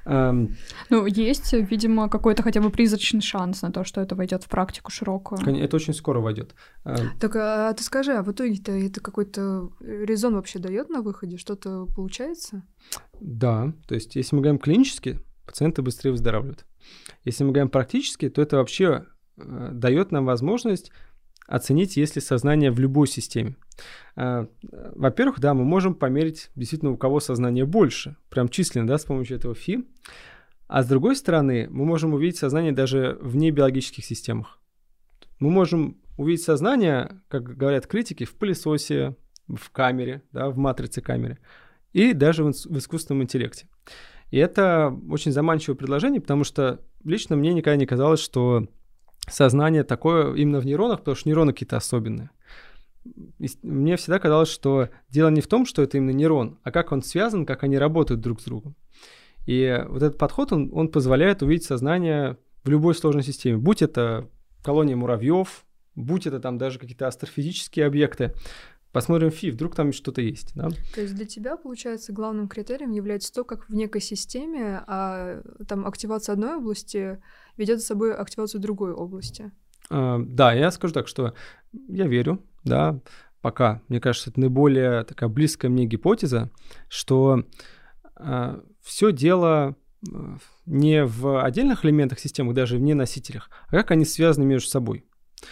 Ну, есть, видимо, какой-то хотя бы призрачный шанс на то, что это войдет в практику широкую. Это очень скоро войдет. Так, а ты скажи, а в итоге-то это какой-то резон вообще дает на выходе? Что-то получается? Да, то есть если мы говорим клинически, пациенты быстрее выздоравливают. Если мы говорим практически, то это вообще дает нам возможность оценить, есть ли сознание в любой системе. Во-первых, да, мы можем померить действительно, у кого сознание больше, прям численно, да, с помощью этого ФИ. А с другой стороны, мы можем увидеть сознание даже в небиологических системах. Мы можем увидеть сознание, как говорят критики, в пылесосе, в камере, да, в матрице камеры, и даже в искусственном интеллекте. И это очень заманчивое предложение, потому что лично мне никогда не казалось, что сознание такое именно в нейронах, потому что нейроны какие-то особенные. И мне всегда казалось, что дело не в том, что это именно нейрон, а как он связан, как они работают друг с другом. И вот этот подход, он позволяет увидеть сознание в любой сложной системе. Будь это колония муравьев, будь это там даже какие-то астрофизические объекты. Посмотрим вдруг там что-то есть. Да? То есть для тебя, получается, главным критерием является то, как в некой системе там активация одной области ведет за собой активацию другой области. Да, я скажу так, что я верю, да, пока, мне кажется, это наиболее такая близкая мне гипотеза, что все дело не в отдельных элементах системы, даже в неносителях, а как они связаны между собой.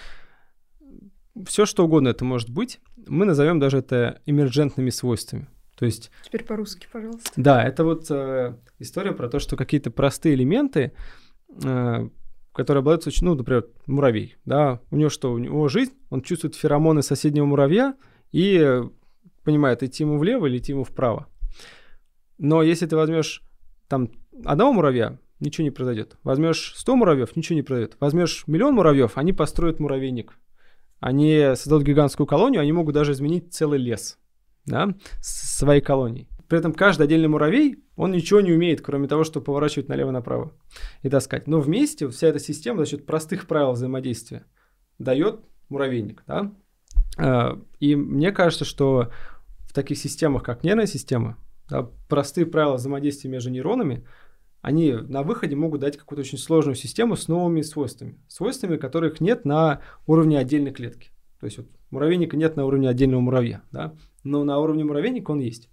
Все, что угодно это может быть, мы назовем даже это эмерджентными свойствами. То есть... Теперь по-русски, пожалуйста. Да, это вот история про то, что какие-то простые элементы, которые обладают, например, муравей, да, у него что? У него жизнь, он чувствует феромоны соседнего муравья и понимает, идти ему влево или идти ему вправо. Но если ты возьмешь там одного муравья, ничего не произойдет. Возьмешь 100 муравьев, ничего не произойдет. Возьмешь 1 000 000 муравьев, они построят муравейник. Они создадут гигантскую колонию, они могут даже изменить целый лес, да, своей колонией. При этом каждый отдельный муравей, он ничего не умеет, кроме того, чтобы поворачивать налево-направо и таскать. Но вместе вся эта система за счет простых правил взаимодействия дает муравейник. Да? И мне кажется, что в таких системах, как нервная система, да, простые правила взаимодействия между нейронами, они на выходе могут дать какую-то очень сложную систему с новыми свойствами. Свойствами, которых нет на уровне отдельной клетки. То есть вот муравейника нет на уровне отдельного муравья, да? Но на уровне муравейника он есть.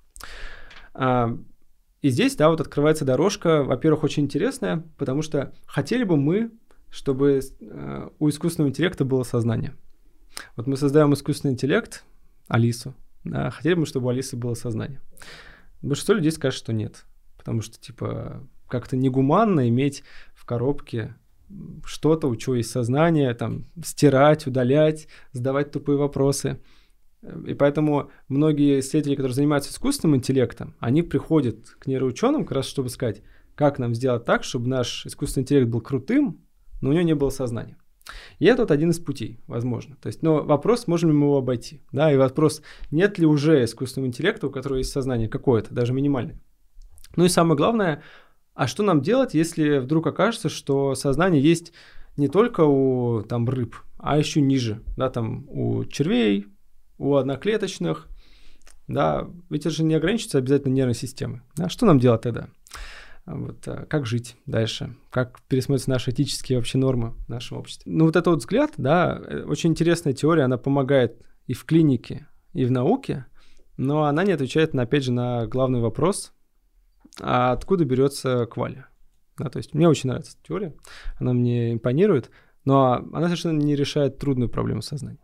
И здесь, да, вот открывается дорожка, во-первых, очень интересная, потому что хотели бы мы, чтобы у искусственного интеллекта было сознание. Вот мы создаем искусственный интеллект, Алису, да, хотели бы мы, чтобы у Алисы было сознание. Большинство людей скажет, что нет, потому что, типа, как-то негуманно иметь в коробке что-то, у чего есть сознание, там, стирать, удалять, задавать тупые вопросы. И поэтому многие исследователи, которые занимаются искусственным интеллектом, они приходят к нейроученым как раз, чтобы сказать, как нам сделать так, чтобы наш искусственный интеллект был крутым, но у него не было сознания. И это вот один из путей, возможно. То есть, но вопрос, можем ли мы его обойти. Да? И вопрос, нет ли уже искусственного интеллекта, у которого есть сознание какое-то, даже минимальное. Ну и самое главное, а что нам делать, если вдруг окажется, что сознание есть не только у там, рыб, а еще ниже, да, там, у червей, у одноклеточных, да, ведь это же не ограничивается обязательно нервной системой. Да? Что нам делать тогда? Вот, как жить дальше? Как пересмотреть наши этические вообще нормы в нашем обществе? Ну, вот этот вот взгляд, да, очень интересная теория, она помогает и в клинике, и в науке, но она не отвечает, опять же, на главный вопрос, а откуда берется кваля? Да, то есть мне очень нравится эта теория, она мне импонирует, но она совершенно не решает трудную проблему сознания.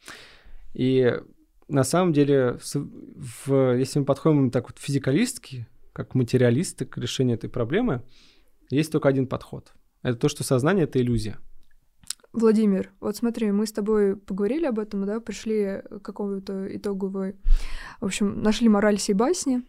И на самом деле, если мы подходим так вот физикалистски, как материалисты к решению этой проблемы, есть только один подход. Это то, что сознание — это иллюзия. Владимир, вот смотри, мы с тобой поговорили об этом, да, пришли к какому-то итоговой... В общем, нашли мораль сей басни.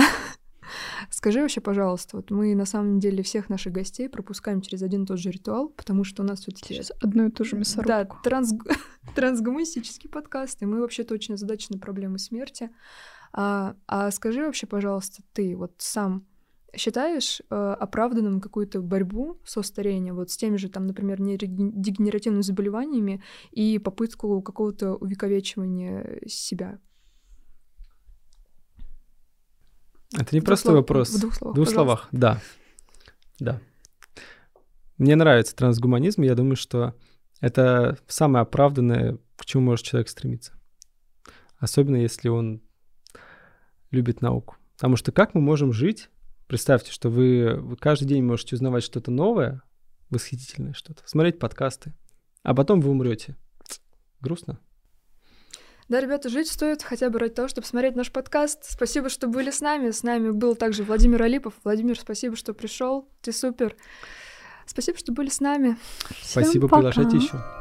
Скажи вообще, пожалуйста, вот мы на самом деле всех наших гостей пропускаем через один и тот же ритуал, потому что у нас тут через одну и ту же мясорубку. Да, трансгуманистический подкаст, и мы вообще-то очень озадачены проблемой смерти. А скажи вообще, пожалуйста, ты вот сам считаешь оправданным какую-то борьбу со старением, вот с теми же, там, например, нейродегенеративными заболеваниями и попытку какого-то увековечивания себя? Это непростой вопрос. В двух словах, да. Мне нравится трансгуманизм, я думаю, что это самое оправданное, к чему может человек стремиться. Особенно, если он любит науку. Потому что как мы можем жить? Представьте, что вы каждый день можете узнавать что-то новое, восхитительное что-то, смотреть подкасты, а потом вы умрете. Грустно. Да, ребята, жить стоит хотя бы ради того, чтобы смотреть наш подкаст. Спасибо, что были с нами. С нами был также Владимир Алипов. Владимир, спасибо, что пришел. Ты супер. Спасибо, что были с нами. Спасибо, приглашайте еще.